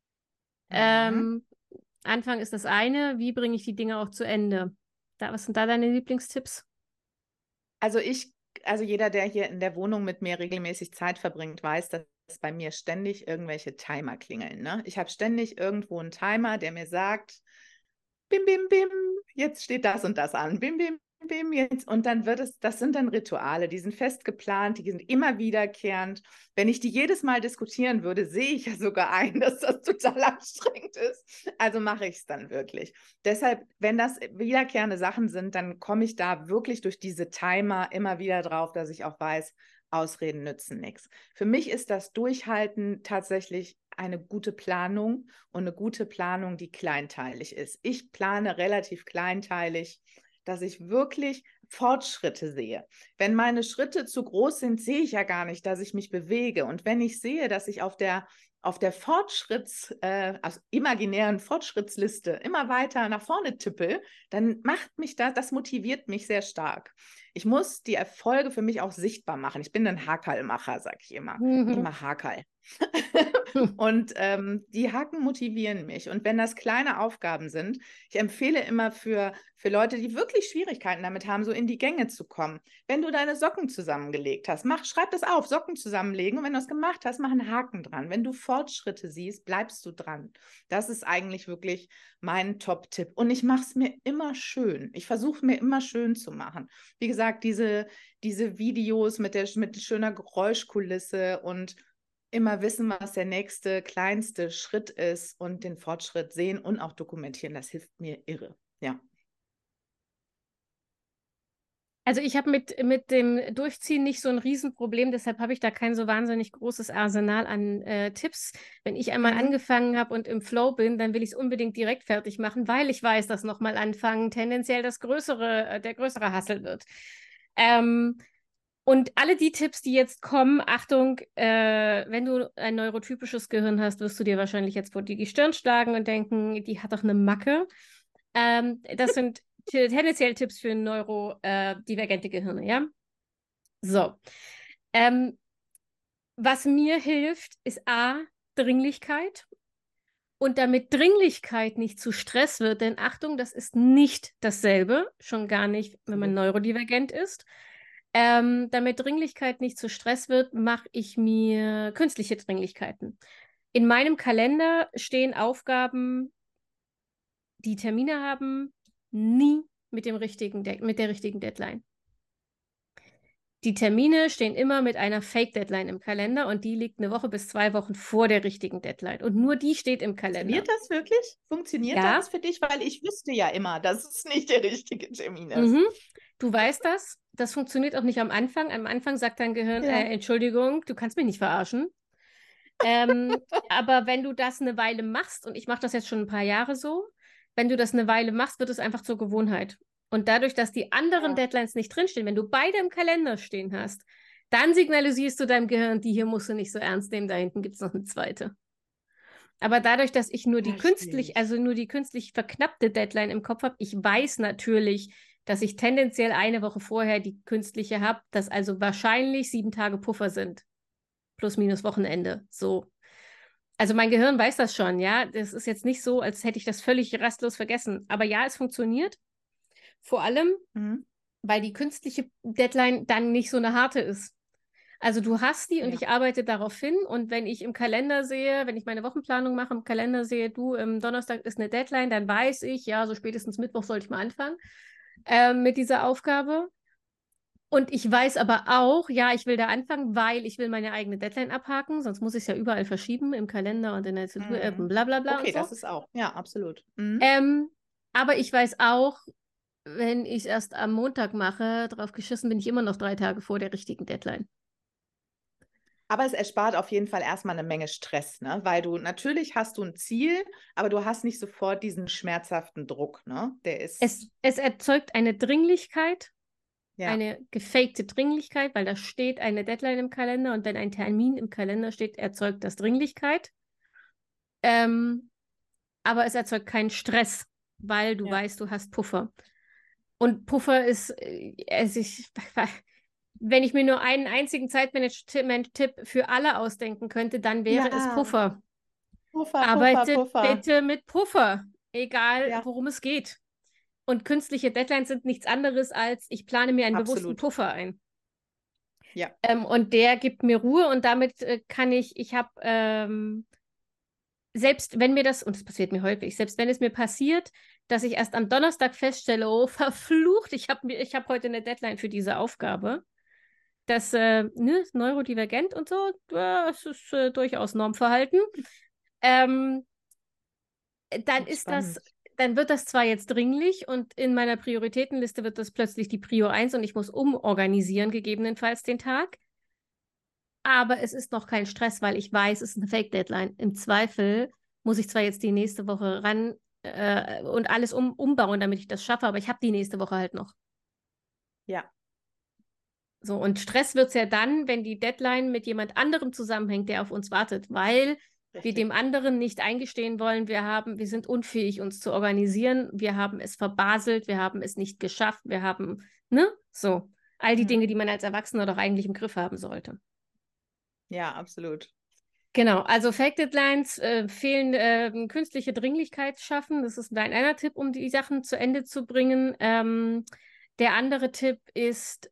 Mhm. Ähm, Anfang ist das eine. Wie bringe ich die Dinge auch zu Ende? Was sind da deine Lieblingstipps? Also also jeder, der hier in der Wohnung mit mir regelmäßig Zeit verbringt, weiß, dass bei mir ständig irgendwelche Timer klingeln. Ne? Ich habe ständig irgendwo einen Timer, der mir sagt, bim, bim, bim, jetzt steht das und das an. Bim, bim, bim, jetzt. Und dann das sind dann Rituale, die sind fest geplant, die sind immer wiederkehrend. Wenn ich die jedes Mal diskutieren würde, sehe ich ja sogar ein, dass das total anstrengend ist. Also mache ich es dann wirklich. Deshalb, wenn das wiederkehrende Sachen sind, dann komme ich da wirklich durch diese Timer immer wieder drauf, dass ich auch weiß, Ausreden nützen nichts. Für mich ist das Durchhalten tatsächlich eine gute Planung und eine gute Planung, die kleinteilig ist. Ich plane relativ kleinteilig, dass ich wirklich Fortschritte sehe. Wenn meine Schritte zu groß sind, sehe ich ja gar nicht, dass ich mich bewege. Und wenn ich sehe, dass ich auf der also imaginären Fortschrittsliste immer weiter nach vorne tippel, dann macht mich das motiviert mich sehr stark. Ich muss die Erfolge für mich auch sichtbar machen. Ich bin ein Hakerlmacher, sage ich immer. Ich Mhm. mache Hakerl. Und die Haken motivieren mich. Und wenn das kleine Aufgaben sind, ich empfehle immer für Leute, die wirklich Schwierigkeiten damit haben, so in die Gänge zu kommen. Wenn du deine Socken zusammengelegt hast, schreib das auf, Socken zusammenlegen. Und wenn du es gemacht hast, mach einen Haken dran. Wenn du Fortschritte siehst, bleibst du dran. Das ist eigentlich wirklich mein Top-Tipp. Und ich mache es mir immer schön. Ich versuche mir immer schön zu machen. Wie gesagt, diese Videos mit schöner Geräuschkulisse und immer wissen, was der nächste kleinste Schritt ist und den Fortschritt sehen und auch dokumentieren. Das hilft mir irre. Ja. Also ich habe mit dem Durchziehen nicht so ein Riesenproblem, deshalb habe ich da kein so wahnsinnig großes Arsenal an Tipps. Wenn ich einmal Mhm. angefangen habe und im Flow bin, dann will ich es unbedingt direkt fertig machen, weil ich weiß, dass nochmal anfangen tendenziell der größere Hassel wird. Ähm, und alle die Tipps, die jetzt kommen, Achtung, wenn du ein neurotypisches Gehirn hast, wirst du dir wahrscheinlich jetzt vor die Stirn schlagen und denken, die hat doch eine Macke. Das sind tendenziell Tipps für neurodivergente Gehirne, ja? So. Ähm, Was mir hilft, ist A, Dringlichkeit. Und damit Dringlichkeit nicht zu Stress wird, denn Achtung, das ist nicht dasselbe, schon gar nicht, wenn man Absolut. neurodivergent ist. Damit Dringlichkeit nicht zu Stress wird, mache ich mir künstliche Dringlichkeiten. In meinem Kalender stehen Aufgaben, die Termine haben, nie mit der richtigen Deadline. Die Termine stehen immer mit einer Fake-Deadline im Kalender und die liegt 1 Woche bis 2 Wochen vor der richtigen Deadline. Und nur die steht im Kalender. Funktioniert das wirklich? Funktioniert Ja. das für dich? Weil ich wüsste ja immer, dass es nicht der richtige Termin ist. Du weißt das. Das funktioniert auch nicht am Anfang. Am Anfang sagt dein Gehirn, Ja. Entschuldigung, du kannst mich nicht verarschen. Aber wenn du das eine Weile machst, und ich mache das jetzt schon ein paar Jahre so, wenn du das eine Weile machst, wird es einfach zur Gewohnheit. Und dadurch, dass die anderen Deadlines nicht drinstehen, wenn du beide im Kalender stehen hast, dann signalisierst du deinem Gehirn, die hier musst du nicht so ernst nehmen, da hinten gibt es noch eine zweite. Aber dadurch, dass ich nur die künstlich verknappte Deadline im Kopf habe, ich weiß natürlich, dass ich tendenziell 1 Woche vorher die künstliche habe, dass also wahrscheinlich 7 Tage Puffer sind. Plus minus Wochenende. So. Also mein Gehirn weiß das schon, ja. Das ist jetzt nicht so, als hätte ich das völlig rastlos vergessen. Aber ja, es funktioniert. Vor allem, weil die künstliche Deadline dann nicht so eine harte ist. Also du hast die und ich arbeite darauf hin. Und wenn ich im Kalender sehe, wenn ich meine Wochenplanung mache, im Kalender sehe, du, Donnerstag ist eine Deadline, dann weiß ich, ja, so spätestens Mittwoch sollte ich mal anfangen mit dieser Aufgabe. Und ich weiß aber auch, ja, ich will da anfangen, weil ich will meine eigene Deadline abhaken, sonst muss ich es ja überall verschieben, im Kalender und in der To-Do-App und bla bla bla. Okay, und so. das ist auch, ja, absolut. Aber ich weiß auch, wenn ich es erst am Montag mache, drauf geschissen, bin ich immer noch 3 Tage vor der richtigen Deadline. Aber es erspart auf jeden Fall erstmal eine Menge Stress, ne? Weil natürlich hast du ein Ziel, aber du hast nicht sofort diesen schmerzhaften Druck, ne? Der ist. Es erzeugt eine Dringlichkeit, Ja. eine gefakte Dringlichkeit, weil da steht eine Deadline im Kalender und wenn ein Termin im Kalender steht, erzeugt das Dringlichkeit. Aber es erzeugt keinen Stress, weil du weißt, du hast Puffer. Und Puffer ist, wenn ich mir nur einen einzigen Zeitmanagement-Tipp für alle ausdenken könnte, dann wäre es Puffer. Arbeitet bitte mit Puffer, egal worum es geht. Und künstliche Deadlines sind nichts anderes als, ich plane mir einen bewussten Puffer ein. Ja. Und der gibt mir Ruhe und damit kann ich habe, selbst wenn mir das, und das passiert mir häufig, selbst wenn es mir passiert, dass ich erst am Donnerstag feststelle, oh, verflucht, ich hab heute eine Deadline für diese Aufgabe. Das ist neurodivergent und so, das ist durchaus Normverhalten. Dann wird das zwar jetzt dringlich und in meiner Prioritätenliste wird das plötzlich die Prio 1 und ich muss umorganisieren, gegebenenfalls den Tag. Aber es ist noch kein Stress, weil ich weiß, es ist eine Fake-Deadline. Im Zweifel muss ich zwar jetzt die nächste Woche ran und alles umbauen, damit ich das schaffe, aber ich habe die nächste Woche halt noch. Ja. So, und Stress wird es ja dann, wenn die Deadline mit jemand anderem zusammenhängt, der auf uns wartet, weil wir dem anderen nicht eingestehen wollen, wir sind unfähig, uns zu organisieren, wir haben es verbaselt, wir haben es nicht geschafft, wir haben, so, all die Dinge, die man als Erwachsener doch eigentlich im Griff haben sollte. Ja, absolut. Genau, also Fake-Deadlines künstliche Dringlichkeit schaffen, das ist mein einer Tipp, um die Sachen zu Ende zu bringen. Der andere Tipp ist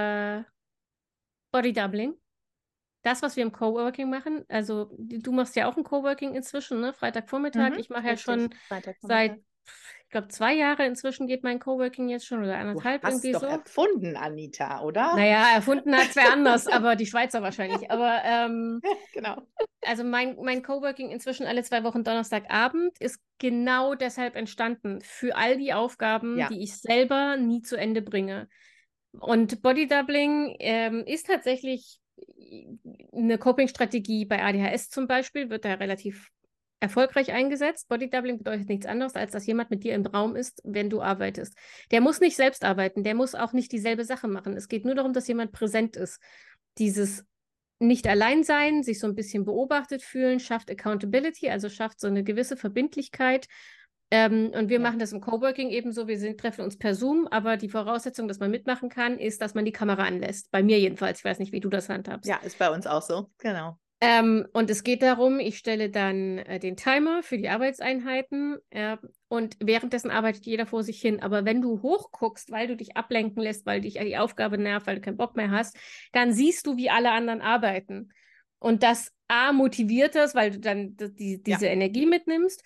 Body Doubling. Das, was wir im Coworking machen, also du machst ja auch ein Coworking inzwischen, ne? Freitagvormittag. Ich mache ja schon seit, ich glaube, 2 Jahre inzwischen geht mein Coworking jetzt schon oder 1,5 irgendwie so. Du hast doch erfunden, Anita, oder? Naja, erfunden hat es wer anders, aber die Schweizer wahrscheinlich. Aber genau. Also mein Coworking inzwischen alle 2 Wochen Donnerstagabend ist genau deshalb entstanden. Für all die Aufgaben, die ich selber nie zu Ende bringe. Und Bodydoubling ist tatsächlich eine Coping-Strategie bei ADHS zum Beispiel, wird da relativ erfolgreich eingesetzt. Bodydoubling bedeutet nichts anderes, als dass jemand mit dir im Raum ist, wenn du arbeitest. Der muss nicht selbst arbeiten, der muss auch nicht dieselbe Sache machen. Es geht nur darum, dass jemand präsent ist. Dieses nicht allein sein, sich so ein bisschen beobachtet fühlen, schafft Accountability, also schafft so eine gewisse Verbindlichkeit. Und wir machen das im Coworking ebenso. Wir treffen uns per Zoom, aber die Voraussetzung, dass man mitmachen kann, ist, dass man die Kamera anlässt. Bei mir jedenfalls. Ich weiß nicht, wie du das handhabst. Ja, ist bei uns auch so. Genau. Und es geht darum, ich stelle dann den Timer für die Arbeitseinheiten und währenddessen arbeitet jeder vor sich hin. Aber wenn du hochguckst, weil du dich ablenken lässt, weil dich die Aufgabe nervt, weil du keinen Bock mehr hast, dann siehst du, wie alle anderen arbeiten. Und das motiviert das, weil du dann diese Energie mitnimmst.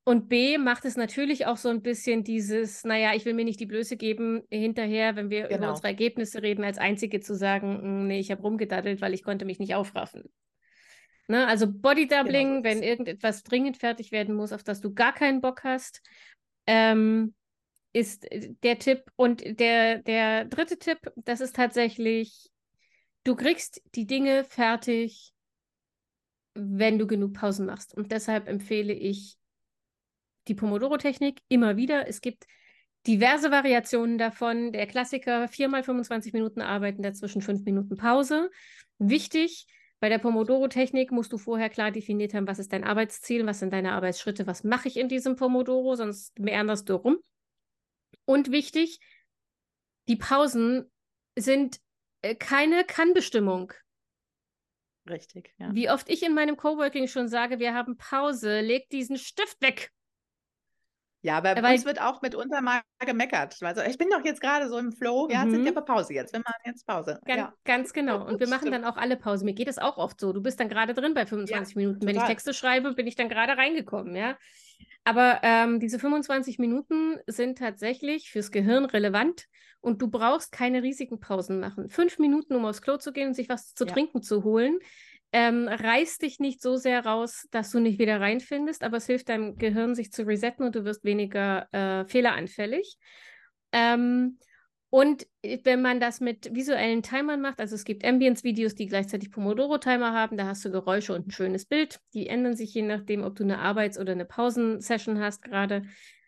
Und B macht es natürlich auch so ein bisschen dieses, naja, ich will mir nicht die Blöße geben, hinterher, wenn wir über Genau. unsere Ergebnisse reden, als Einzige zu sagen, nee, ich habe rumgedaddelt, weil ich konnte mich nicht aufraffen. Ne? Also Genau so Bodydoubling, ist wenn es. irgendetwas dringend fertig werden muss, auf das du gar keinen Bock hast, ähm, ist der Tipp. Und der dritte Tipp, das ist tatsächlich, du kriegst die Dinge fertig, wenn du genug Pausen machst. Und deshalb empfehle ich die Pomodoro-Technik immer wieder. Es gibt diverse Variationen davon. Der Klassiker, 4 mal 25 Minuten arbeiten, dazwischen 5 Minuten Pause. Wichtig, bei der Pomodoro-Technik musst du vorher klar definiert haben, was ist dein Arbeitsziel, was sind deine Arbeitsschritte, was mache ich in diesem Pomodoro, sonst meanderst du rum. Und wichtig, die Pausen sind keine Kann-Bestimmung. Richtig, ja. Wie oft ich in meinem Coworking schon sage, wir haben Pause, leg diesen Stift weg. Ja, bei uns Weil, wird auch mitunter mal gemeckert. Also ich bin doch jetzt gerade so im Flow. Ja, sind ja mhm, aber Pause jetzt. Wir machen jetzt Pause. ganz, Ja, ganz genau. Und wir machen stimmt. dann auch alle Pause. Mir geht es auch oft so. Du bist dann gerade drin bei Ja, 25 Minuten. Wenn ich total. Texte schreibe, bin ich dann gerade reingekommen, ja. Aber diese 25 Minuten sind tatsächlich fürs Gehirn relevant und du brauchst keine riesigen Pausen machen. 5 Minuten, um aufs Klo zu gehen und sich was zu Ja. trinken zu holen, reißt dich nicht so sehr raus, dass du nicht wieder reinfindest, aber es hilft deinem Gehirn, sich zu resetten und du wirst weniger fehleranfällig. Ähm, und wenn man das mit visuellen Timern macht, also es gibt Ambience-Videos, die gleichzeitig Pomodoro-Timer haben, da hast du Geräusche und ein schönes Bild. Die ändern sich je nachdem, ob du eine Arbeits- oder eine Pausensession hast gerade.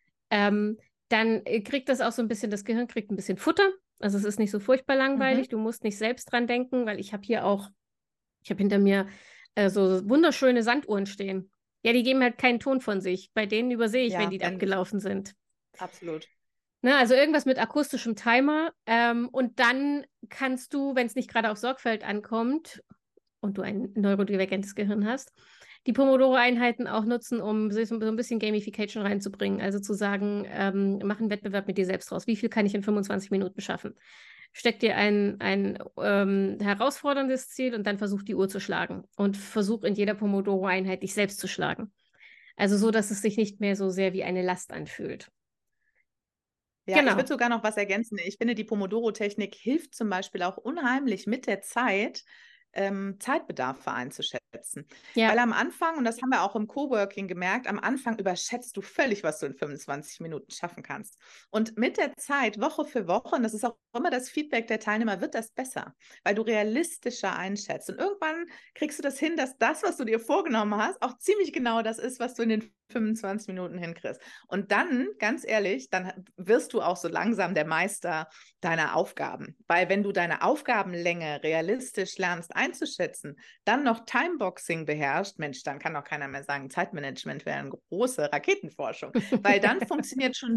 Dann kriegt das auch so ein bisschen, das Gehirn kriegt ein bisschen Futter. Also es ist nicht so furchtbar langweilig. Mhm. Du musst nicht selbst dran denken, weil ich habe hier auch, ich habe hinter mir so wunderschöne Sanduhren stehen. Ja, die geben halt keinen Ton von sich. Bei denen übersehe ich, wenn Ja, die abgelaufen sind. absolut. Ne, also irgendwas mit akustischem Timer. Und dann kannst du, wenn es nicht gerade auf Sorgfalt ankommt und du ein neurodivergentes Gehirn hast, die Pomodoro-Einheiten auch nutzen, um so ein bisschen Gamification reinzubringen. Also zu sagen, mach einen Wettbewerb mit dir selbst raus. Wie viel kann ich in 25 Minuten schaffen? Steck dir ein herausforderndes Ziel und dann versuch die Uhr zu schlagen. Und versuch in jeder Pomodoro-Einheit dich selbst zu schlagen. Also so, dass es sich nicht mehr so sehr wie eine Last anfühlt. Ja, ich würde Genau. sogar noch was ergänzen. Ich finde, die Pomodoro-Technik hilft zum Beispiel auch unheimlich mit der Zeit, Zeitbedarfe einzuschätzen. Weil Ja. am Anfang, und das haben wir auch im Coworking gemerkt, am Anfang überschätzt du völlig, was du in 25 Minuten schaffen kannst. Und mit der Zeit, Woche für Woche, und das ist auch immer das Feedback der Teilnehmer, wird das besser, weil du realistischer einschätzt. Und irgendwann kriegst du das hin, dass das, was du dir vorgenommen hast, auch ziemlich genau das ist, was du in den 25 Minuten hinkriegst. Und dann, ganz ehrlich, dann wirst du auch so langsam der Meister deiner Aufgaben. Weil wenn du deine Aufgabenlänge realistisch lernst einzuschätzen, dann noch Timeboxing beherrscht, Mensch, dann kann doch keiner mehr sagen, Zeitmanagement wäre eine große Raketenforschung. Weil dann funktioniert schon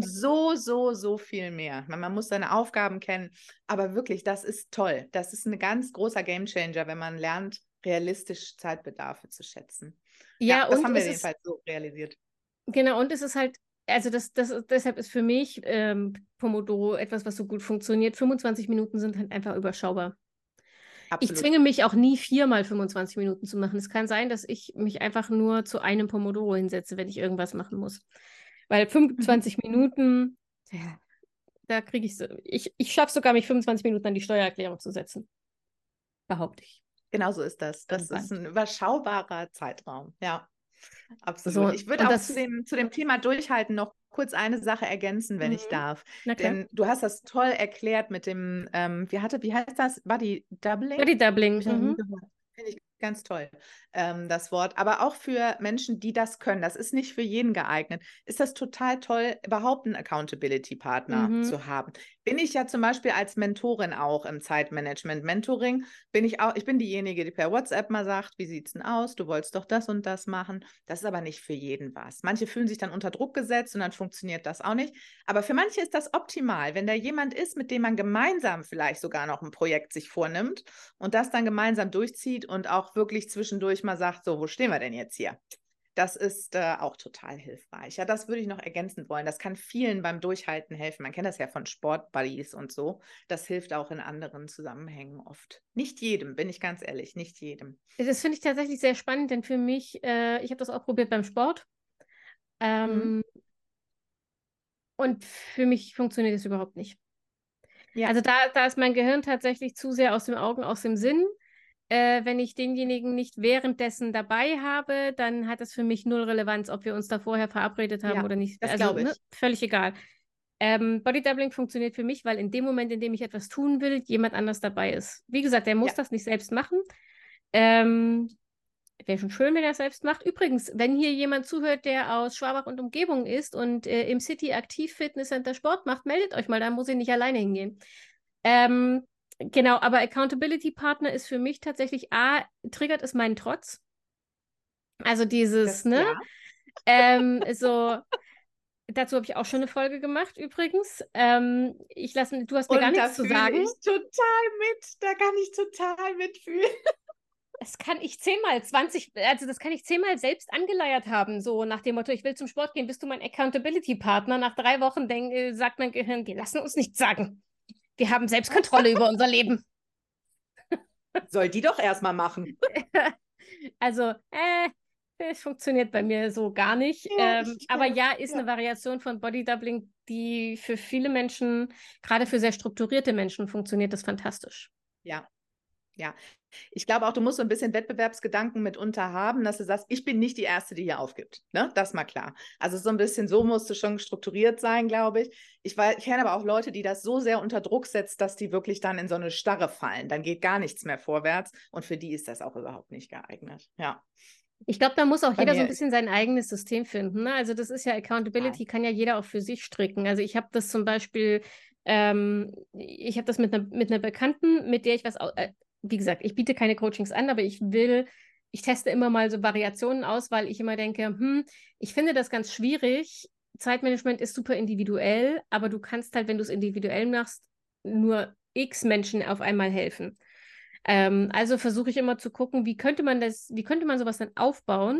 so viel mehr. Man muss seine Aufgaben kennen, aber wirklich, das ist toll. Das ist ein ganz großer Gamechanger, wenn man lernt, realistisch Zeitbedarfe zu schätzen. Ja, Ja, das und haben wir es ist, jedenfalls so realisiert. genau, und es ist halt, also deshalb ist für mich Pomodoro etwas, was so gut funktioniert. 25 Minuten sind halt einfach überschaubar. Ich Absolut. zwinge mich auch nie 4 mal 25 Minuten zu machen. Es kann sein, dass ich mich einfach nur zu einem Pomodoro hinsetze, wenn ich irgendwas machen muss. Weil Mhm. 25 Minuten, ja, da kriege ich so, ich schaffe sogar, mich 25 Minuten an die Steuererklärung zu setzen, behaupte ich. Genau so ist das. Das ist Irgendwann. ein überschaubarer Zeitraum. Ja, absolut. So, Ich würde und auch zu das, dem Thema Durchhalten noch kurz eine Sache ergänzen, wenn ich mhm, darf. na klar. Denn du hast das toll erklärt mit dem, wie heißt das? Body Doubling? Body Habe Doubling, ich noch nie mhm. gehört. Finde ich ganz toll, das Wort. Aber auch für Menschen, die das können, das ist nicht für jeden geeignet, ist das total toll, überhaupt einen Accountability-Partner Mhm. zu haben. Bin ich ja zum Beispiel als Mentorin auch im Zeitmanagement. Mentoring bin ich auch, ich bin diejenige, die per WhatsApp mal sagt, wie sieht es denn aus? Du wolltest doch das und das machen. Das ist aber nicht für jeden was. Manche fühlen sich dann unter Druck gesetzt und dann funktioniert das auch nicht. Aber für manche ist das optimal, wenn da jemand ist, mit dem man gemeinsam vielleicht sogar noch ein Projekt sich vornimmt und das dann gemeinsam durchzieht und auch wirklich zwischendurch mal sagt, so, wo stehen wir denn jetzt hier? Das ist auch total hilfreich. Ja, das würde ich noch ergänzen wollen. Das kann vielen beim Durchhalten helfen. Man kennt das ja von Sportbuddies und so. Das hilft auch in anderen Zusammenhängen oft. Nicht jedem, bin ich ganz ehrlich, nicht jedem. Das finde ich tatsächlich sehr spannend, denn für mich, ich habe das auch probiert beim Sport. Mhm. Und für mich funktioniert das überhaupt nicht. Ja, Also da ist mein Gehirn tatsächlich zu sehr aus dem Augen, aus dem Sinn. Wenn ich denjenigen nicht währenddessen dabei habe, dann hat es für mich null Relevanz, ob wir uns da vorher verabredet haben ja, oder nicht. das Also, glaube ne, ich. völlig egal. Bodydoubling funktioniert für mich, weil in dem Moment, in dem ich etwas tun will, jemand anders dabei ist. Wie gesagt, der muss Ja, das nicht selbst machen. Ähm, Wäre schon schön, wenn er es selbst macht. Übrigens, wenn hier jemand zuhört, der aus Schwabach und Umgebung ist und im City Aktiv Fitnesscenter Sport macht, meldet euch mal, da muss ich nicht alleine hingehen. Genau, aber Accountability Partner ist für mich tatsächlich triggert es meinen Trotz. Also dieses, das, ne? ja. So, dazu habe ich auch schon eine Folge gemacht, übrigens. Du hast mir gar Und da nichts zu fühle sagen. ich total mit. Da kann ich total mitfühlen. Das kann ich 10-mal, 20, also das kann ich 10-mal selbst angeleiert haben, so nach dem Motto, ich will zum Sport gehen, bist du mein Accountability-Partner? Nach 3 Wochen sagt mein Gehirn, wir lassen uns nichts sagen. Wir haben Selbstkontrolle über unser Leben. Soll die doch erstmal machen. Also, es funktioniert bei mir so gar nicht. Ja, Aber ja, ist eine ja. Variation von Bodydoubling, die für viele Menschen, gerade für sehr strukturierte Menschen, funktioniert das fantastisch. Ja, ja. Ich glaube auch, du musst so ein bisschen Wettbewerbsgedanken mitunter haben, dass du sagst, ich bin nicht die Erste, die hier aufgibt. Ne? Das mal klar. Also so ein bisschen so musst du schon strukturiert sein, glaube ich. Ich kenne aber auch Leute, die das so sehr unter Druck setzt, dass die wirklich dann in so eine Starre fallen. Dann geht gar nichts mehr vorwärts und für die ist das auch überhaupt nicht geeignet. Ja, Ich glaube, da muss auch bei jeder so ein mir bisschen sein eigenes System finden. Ne? Also das ist ja total. Accountability, kann ja jeder auch für sich stricken. Also ich habe das zum Beispiel, ich habe das mit einer Bekannten, mit der ich wie gesagt, ich biete keine Coachings an, aber ich teste immer mal so Variationen aus, weil ich immer denke, ich finde das ganz schwierig. Zeitmanagement ist super individuell, aber du kannst halt, wenn du es individuell machst, nur X Menschen auf einmal helfen. Also versuche ich immer zu gucken, wie könnte man sowas dann aufbauen,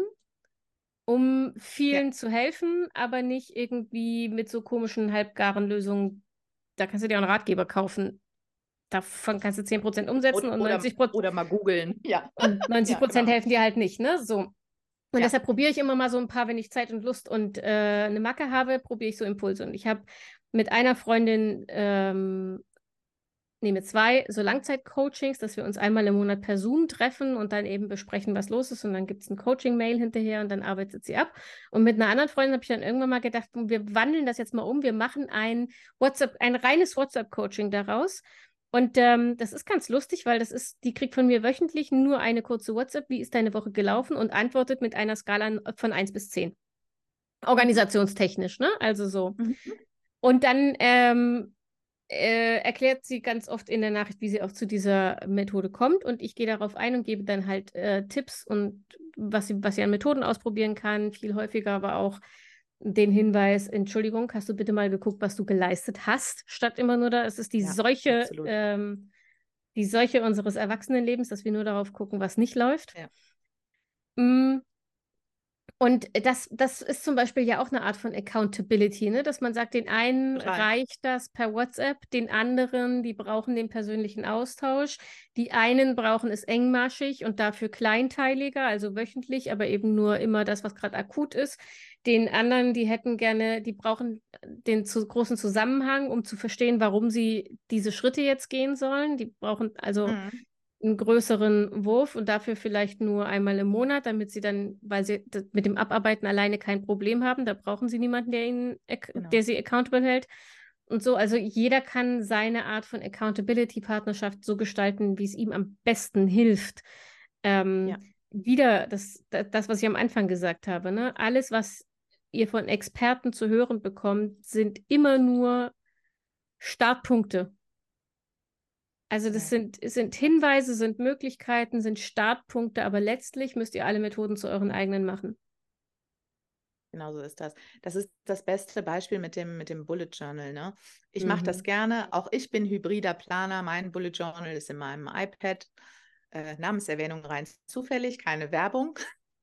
um Ja. vielen zu helfen, aber nicht irgendwie mit so komischen, halbgaren Lösungen. Da kannst du dir auch einen Ratgeber kaufen. Davon kannst du 10% umsetzen und Oder, 90%, oder mal googeln. Ja, und 90 ja, Prozent genau. helfen dir halt nicht, ne? So. Und Ja, deshalb probiere ich immer mal so ein paar, wenn ich Zeit und Lust und eine Macke habe, probiere ich so Impulse. Und ich habe mit einer Freundin nehme 2 so Langzeit-Coachings, dass wir uns einmal im Monat per Zoom treffen und dann eben besprechen, was los ist. Und dann gibt es ein Coaching-Mail hinterher und dann arbeitet sie ab. Und mit einer anderen Freundin habe ich dann irgendwann mal gedacht, wir wandeln das jetzt mal um. Wir machen ein reines WhatsApp-Coaching daraus. Und das ist ganz lustig, weil die kriegt von mir wöchentlich nur eine kurze WhatsApp. Wie ist deine Woche gelaufen? Und antwortet mit einer Skala von 1 bis 10. mhm. Organisationstechnisch, ne? Also so. Mhm. Und dann erklärt sie ganz oft in der Nachricht, wie sie auch zu dieser Methode kommt. Und ich gehe darauf ein und gebe dann halt Tipps und was sie an Methoden ausprobieren kann. Viel häufiger aber auch den Hinweis, Entschuldigung, hast du bitte mal geguckt, was du geleistet hast, statt immer nur es ist Ja, absolut. Die Seuche unseres Erwachsenenlebens, dass wir nur darauf gucken, was nicht läuft. Ja, Mm, Und das ist zum Beispiel ja auch eine Art von Accountability, ne? Dass man sagt, den einen total. reicht das per WhatsApp, den anderen, die brauchen den persönlichen Austausch. Die einen brauchen es engmaschig und dafür kleinteiliger, also wöchentlich, aber eben nur immer das, was gerade akut ist. Den anderen, die brauchen den großen Zusammenhang, um zu verstehen, warum sie diese Schritte jetzt gehen sollen. Die brauchen also Mhm. einen größeren Wurf und dafür vielleicht nur einmal im Monat, damit sie dann, weil sie mit dem Abarbeiten alleine kein Problem haben, da brauchen sie niemanden, Genau. der sie accountable hält. Und so, also jeder kann seine Art von Accountability-Partnerschaft so gestalten, wie es ihm am besten hilft. Ja, Wieder das, was ich am Anfang gesagt habe, ne? Alles, was ihr von Experten zu hören bekommt, sind immer nur Startpunkte. Also das ja, sind absolut. Hinweise, sind Möglichkeiten, sind Startpunkte, aber letztlich müsst ihr alle Methoden zu euren eigenen machen. Genau so ist das. Das ist das beste Beispiel mit dem Bullet Journal. Ne? Ich mache das Mhm. gerne. Auch ich bin hybrider Planer. Mein Bullet Journal ist in meinem iPad. Namenserwähnung rein zufällig, keine Werbung.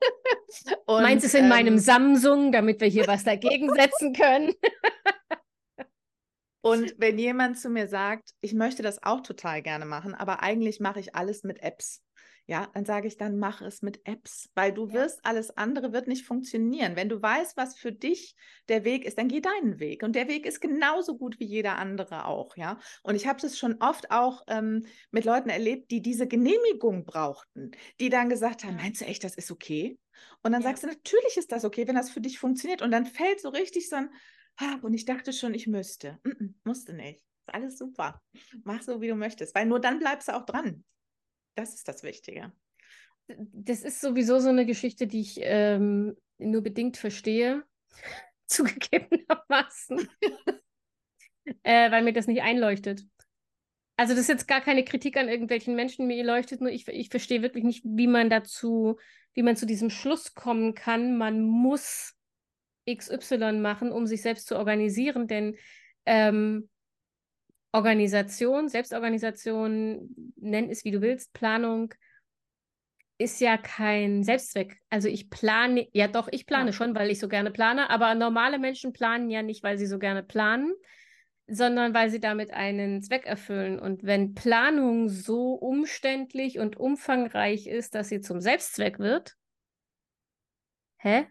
Meins Und ist in meinem Samsung, damit wir hier was dagegen setzen können. Und wenn jemand zu mir sagt, ich möchte das auch total gerne machen, aber eigentlich mache ich alles mit Apps. Ja, dann sage ich, dann mach es mit Apps, weil du Ja. wirst, alles andere wird nicht funktionieren. Wenn du weißt, was für dich der Weg ist, dann geh deinen Weg. Und der Weg ist genauso gut wie jeder andere auch, ja. Und ich habe das schon oft auch mit Leuten erlebt, die diese Genehmigung brauchten, die dann gesagt haben, Ja. meinst du echt, das ist okay? Und dann Ja. sagst du, natürlich ist das okay, wenn das für dich funktioniert. Und dann fällt so richtig so ein, und ich dachte schon, ich müsste. Musste nicht. Ist alles super. Mach so, wie du möchtest, weil nur dann bleibst du auch dran. Das ist das Wichtige. Das ist sowieso so eine Geschichte, die ich nur bedingt verstehe, zugegebenermaßen, weil mir das nicht einleuchtet. Also das ist jetzt gar keine Kritik an irgendwelchen Menschen, mir leuchtet nur, ich verstehe wirklich nicht, wie man zu diesem Schluss kommen kann, man muss XY machen, um sich selbst zu organisieren, denn ähm, Organisation, Selbstorganisation, nenn es wie du willst, Planung ist ja kein Selbstzweck. Also ich plane, ja doch, ich plane Ja. schon, weil ich so gerne plane, aber normale Menschen planen ja nicht, weil sie so gerne planen, sondern weil sie damit einen Zweck erfüllen. Und wenn Planung so umständlich und umfangreich ist, dass sie zum Selbstzweck wird, hä?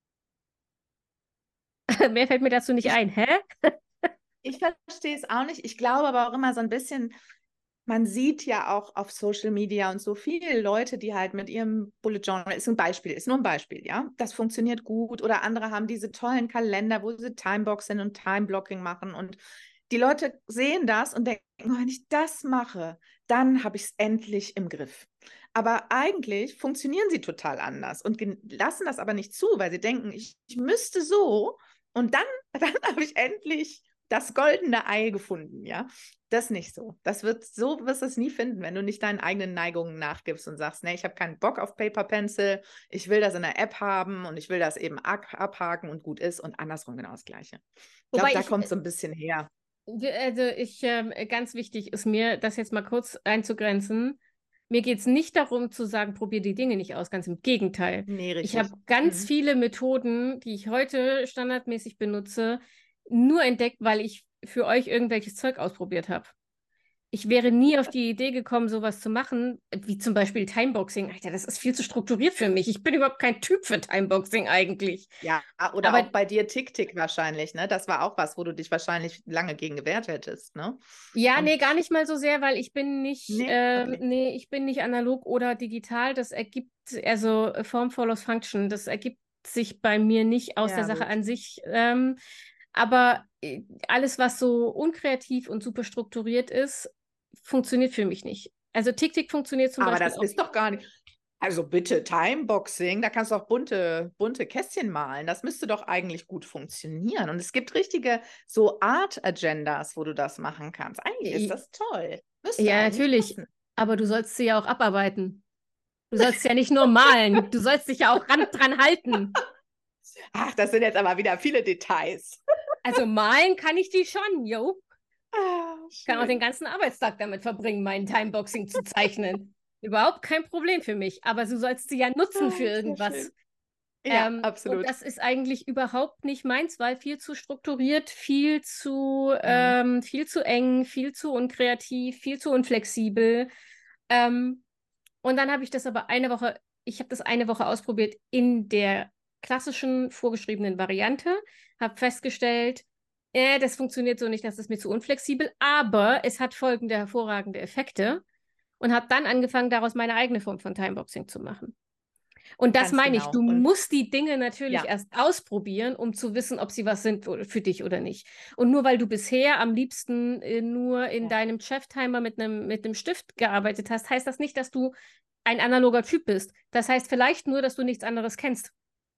Mehr fällt mir dazu nicht Ich, ein. Hä? ich verstehe es auch nicht. Ich glaube aber auch immer so ein bisschen, man sieht ja auch auf Social Media und so viele Leute, die halt mit ihrem Bullet Journal, ist ein Beispiel, ist nur ein Beispiel, ja, das funktioniert gut. Oder andere haben diese tollen Kalender, wo sie Timeboxing und Timeblocking machen. Und die Leute sehen das und denken, oh, wenn ich das mache, dann habe ich es endlich im Griff. Aber eigentlich funktionieren sie total anders und lassen das aber nicht zu, weil sie denken, ich müsste so und dann habe ich endlich das goldene Ei gefunden, ja. Das nicht so. So wirst du es nie finden, wenn du nicht deinen eigenen Neigungen nachgibst und sagst, nee, ich habe keinen Bock auf Paper Pencil, ich will das in der App haben und ich will das eben abhaken und gut ist und andersrum genau das Gleiche. Ich glaube, Wobei da ich, kommt so ein bisschen her. ganz wichtig ist mir, das jetzt mal kurz einzugrenzen. Mir geht es nicht darum zu sagen, probier die Dinge nicht aus, ganz im Gegenteil. Nee, Ich habe richtig. ganz Mhm. viele Methoden, die ich heute standardmäßig benutze, nur entdeckt, weil ich für euch irgendwelches Zeug ausprobiert habe. Ich wäre nie auf die Idee gekommen, sowas zu machen, wie zum Beispiel Timeboxing. Alter, das ist viel zu strukturiert für mich. Ich bin überhaupt kein Typ für Timeboxing eigentlich. Ja, oder Aber auch bei dir Tick-Tick wahrscheinlich, ne? Das war auch was, wo du dich wahrscheinlich lange gegen gewehrt hättest, ne? ja, Und nee, gar nicht mal so sehr, weil ich bin nicht, nee, okay. nee, ich bin nicht analog oder digital. Das ergibt, also Form follows Function. Das ergibt sich bei mir nicht aus der Ja, Sache gut. an sich. Aber alles, was so unkreativ und super strukturiert ist, funktioniert für mich nicht. Also Tick-Tick funktioniert zum Aber Beispiel das auch. ist doch gar nicht. Also bitte, Timeboxing, da kannst du auch bunte Kästchen malen. Das müsste doch eigentlich gut funktionieren. Und es gibt richtige so Art-Agendas, wo du das machen kannst. Eigentlich ist das toll. Müsste Ja, eigentlich natürlich. passen. Aber du sollst sie ja auch abarbeiten. Du sollst ja nicht nur malen. Du sollst dich ja auch dran halten. Ach, das sind jetzt aber wieder viele Details. Also malen kann ich die schon, yo. Ah, Ich kann auch den schön. ganzen Arbeitstag damit verbringen, meinen Timeboxing zu zeichnen. Überhaupt kein Problem für mich. Aber du sollst sie ja nutzen für Ah, sehr irgendwas. schön. Ja, Und absolut. das ist eigentlich überhaupt nicht meins, weil viel zu strukturiert, Mhm. viel zu eng, viel zu unkreativ, viel zu unflexibel. Ähm, und dann habe ich das aber ich habe das eine Woche ausprobiert in der klassischen vorgeschriebenen Variante, habe festgestellt, das funktioniert so nicht, das ist mir zu unflexibel, aber es hat folgende hervorragende Effekte und habe dann angefangen, daraus meine eigene Form von Timeboxing zu machen. Und das Ganz meine ich, genau. du Und musst die Dinge natürlich ja, erst ausprobieren, um zu wissen, ob sie was sind für dich oder nicht. Und nur weil du bisher am liebsten nur in ja. deinem Cheftimer mit einem Stift gearbeitet hast, heißt das nicht, dass du ein analoger Typ bist. Das heißt vielleicht nur, dass du nichts anderes kennst.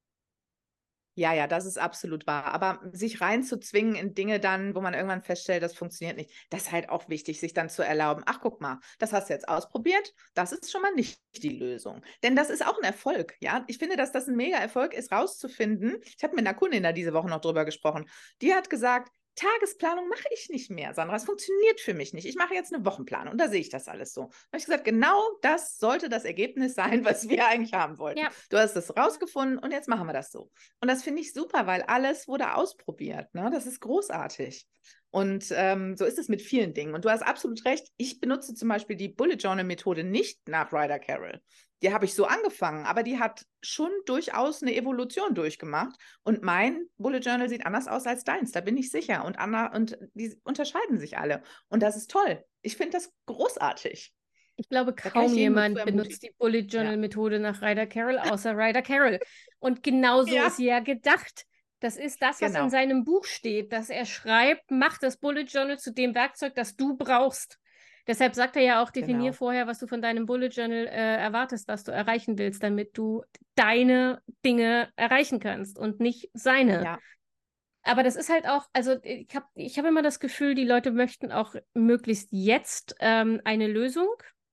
Ja, ja, das ist absolut wahr. Aber sich reinzuzwingen in Dinge dann, wo man irgendwann feststellt, das funktioniert nicht, das ist halt auch wichtig, sich dann zu erlauben, ach, guck mal, das hast du jetzt ausprobiert, das ist schon mal nicht die Lösung. Denn das ist auch ein Erfolg, ja. Ich finde, dass das ein Mega-Erfolg ist, rauszufinden. Ich habe mit einer Kundin da diese Woche noch drüber gesprochen. Die hat gesagt, Tagesplanung mache ich nicht mehr, Sandra. Es funktioniert für mich nicht. Ich mache jetzt eine Wochenplanung und da sehe ich das alles so. Da habe ich gesagt, genau das sollte das Ergebnis sein, was wir eigentlich haben wollten. Ja, Du hast es rausgefunden und jetzt machen wir das so. Und das finde ich super, weil alles wurde ausprobiert. Ne? Das ist großartig. Und so ist es mit vielen Dingen. Und du hast absolut recht. Ich benutze zum Beispiel die Bullet Journal Methode nicht nach Ryder Carroll. Die habe ich so angefangen, aber die hat schon durchaus eine Evolution durchgemacht. Und mein Bullet Journal sieht anders aus als deins, da bin ich sicher. Und die unterscheiden sich alle. Und das ist toll. Ich finde das großartig. Ich glaube, Da kann ich kaum jeden nur zu jemand benutzt ermutigen. die Bullet Journal Methode nach Ryder Carroll, außer Ryder Carroll. Und genau so Ja, ist sie ja gedacht. Das ist das, was in genau, seinem Buch steht, dass er schreibt, mach das Bullet Journal zu dem Werkzeug, das du brauchst. Deshalb sagt er ja auch, definier genau. vorher, was du von deinem Bullet Journal erwartest, was du erreichen willst, damit du deine Dinge erreichen kannst und nicht seine. Ja, Aber das ist halt auch, also ich hab immer das Gefühl, die Leute möchten auch möglichst jetzt eine Lösung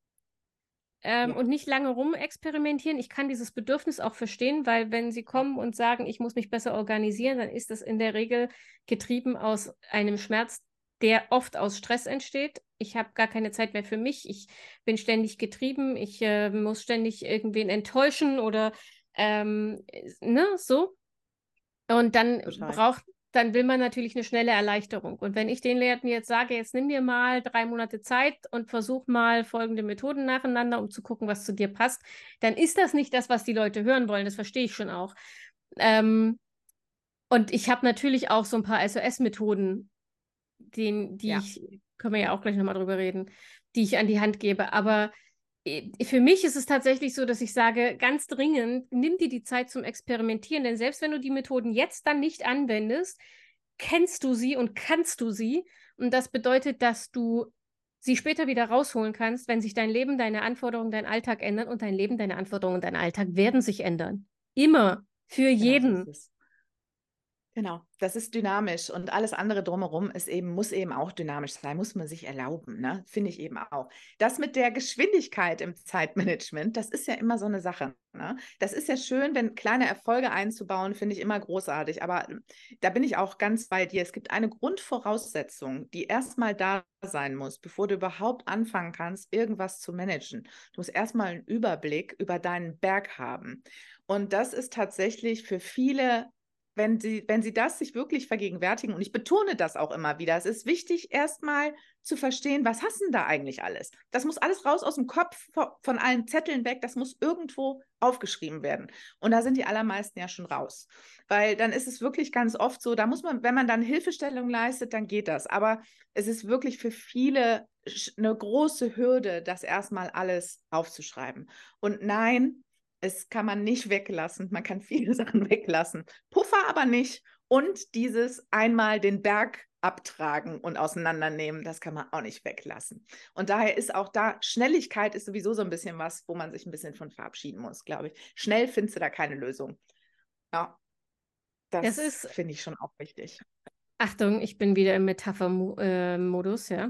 ja, und nicht lange rumexperimentieren. Ich kann dieses Bedürfnis auch verstehen, weil wenn sie kommen und sagen, ich muss mich besser organisieren, dann ist das in der Regel getrieben aus einem Schmerz, der oft aus Stress entsteht. Ich habe gar keine Zeit mehr für mich. Ich bin ständig getrieben. Ich muss ständig irgendwen enttäuschen oder ne, so. Und total. dann will man natürlich eine schnelle Erleichterung. Und wenn ich den Leuten jetzt sage, jetzt nimm dir mal 3 Monate Zeit und versuch mal folgende Methoden nacheinander, um zu gucken, was zu dir passt, dann ist das nicht das, was die Leute hören wollen. Das verstehe ich schon auch. Ähm, und ich habe natürlich auch so ein paar SOS-Methoden, die Ja, ich, können wir ja auch gleich nochmal drüber reden, die ich an die Hand gebe. Aber für mich ist es tatsächlich so, dass ich sage, ganz dringend, nimm dir die Zeit zum Experimentieren, denn selbst wenn du die Methoden jetzt dann nicht anwendest, kennst du sie und kannst du sie. Und das bedeutet, dass du sie später wieder rausholen kannst, wenn sich dein Leben, deine Anforderungen, dein Alltag ändern und dein Leben, deine Anforderungen und dein Alltag werden sich ändern. Immer. Für genau so ist jeden. es. Genau, das ist dynamisch und alles andere drumherum muss eben auch dynamisch sein, muss man sich erlauben, ne? Finde ich eben auch. Das mit der Geschwindigkeit im Zeitmanagement, das ist ja immer so eine Sache, ne? Das ist ja schön, wenn kleine Erfolge einzubauen, finde ich immer großartig. Aber da bin ich auch ganz bei dir. Es gibt eine Grundvoraussetzung, die erstmal da sein muss, bevor du überhaupt anfangen kannst, irgendwas zu managen. Du musst erstmal einen Überblick über deinen Berg haben. Und das ist tatsächlich für viele, wenn sie das sich wirklich vergegenwärtigen, und ich betone das auch immer wieder, es ist wichtig, erstmal zu verstehen, was hast du denn da eigentlich alles? Das muss alles raus aus dem Kopf, von allen Zetteln weg, das muss irgendwo aufgeschrieben werden. Und da sind die allermeisten ja schon raus. Weil dann ist es wirklich ganz oft so, da muss man, wenn man dann Hilfestellung leistet, dann geht das. Aber es ist wirklich für viele eine große Hürde, das erstmal alles aufzuschreiben. Und nein, es kann man nicht weglassen. Man kann viele Sachen weglassen. Puffer aber nicht. Und dieses einmal den Berg abtragen und auseinandernehmen, das kann man auch nicht weglassen. Und daher ist auch da, Schnelligkeit ist sowieso so ein bisschen was, wo man sich ein bisschen von verabschieden muss, glaube ich. Schnell findest du da keine Lösung. Ja, Das das ist, finde ich schon auch wichtig. Achtung, ich bin wieder im Metapher-Modus, ja.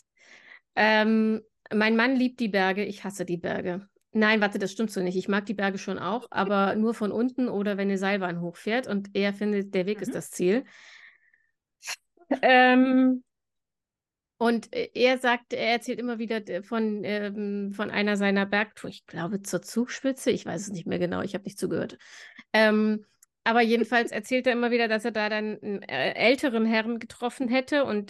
Ähm, mein Mann liebt die Berge, ich hasse die Berge. Nein, warte, das stimmt so nicht. Ich mag die Berge schon auch, aber nur von unten oder wenn eine Seilbahn hochfährt und er findet, der Weg ist Mhm. das Ziel. Ähm, und er sagt, er erzählt immer wieder von einer seiner Bergtour, ich glaube zur Zugspitze, ich weiß es nicht mehr genau, ich habe nicht zugehört. Ähm, aber jedenfalls erzählt er immer wieder, dass er da dann einen älteren Herrn getroffen hätte und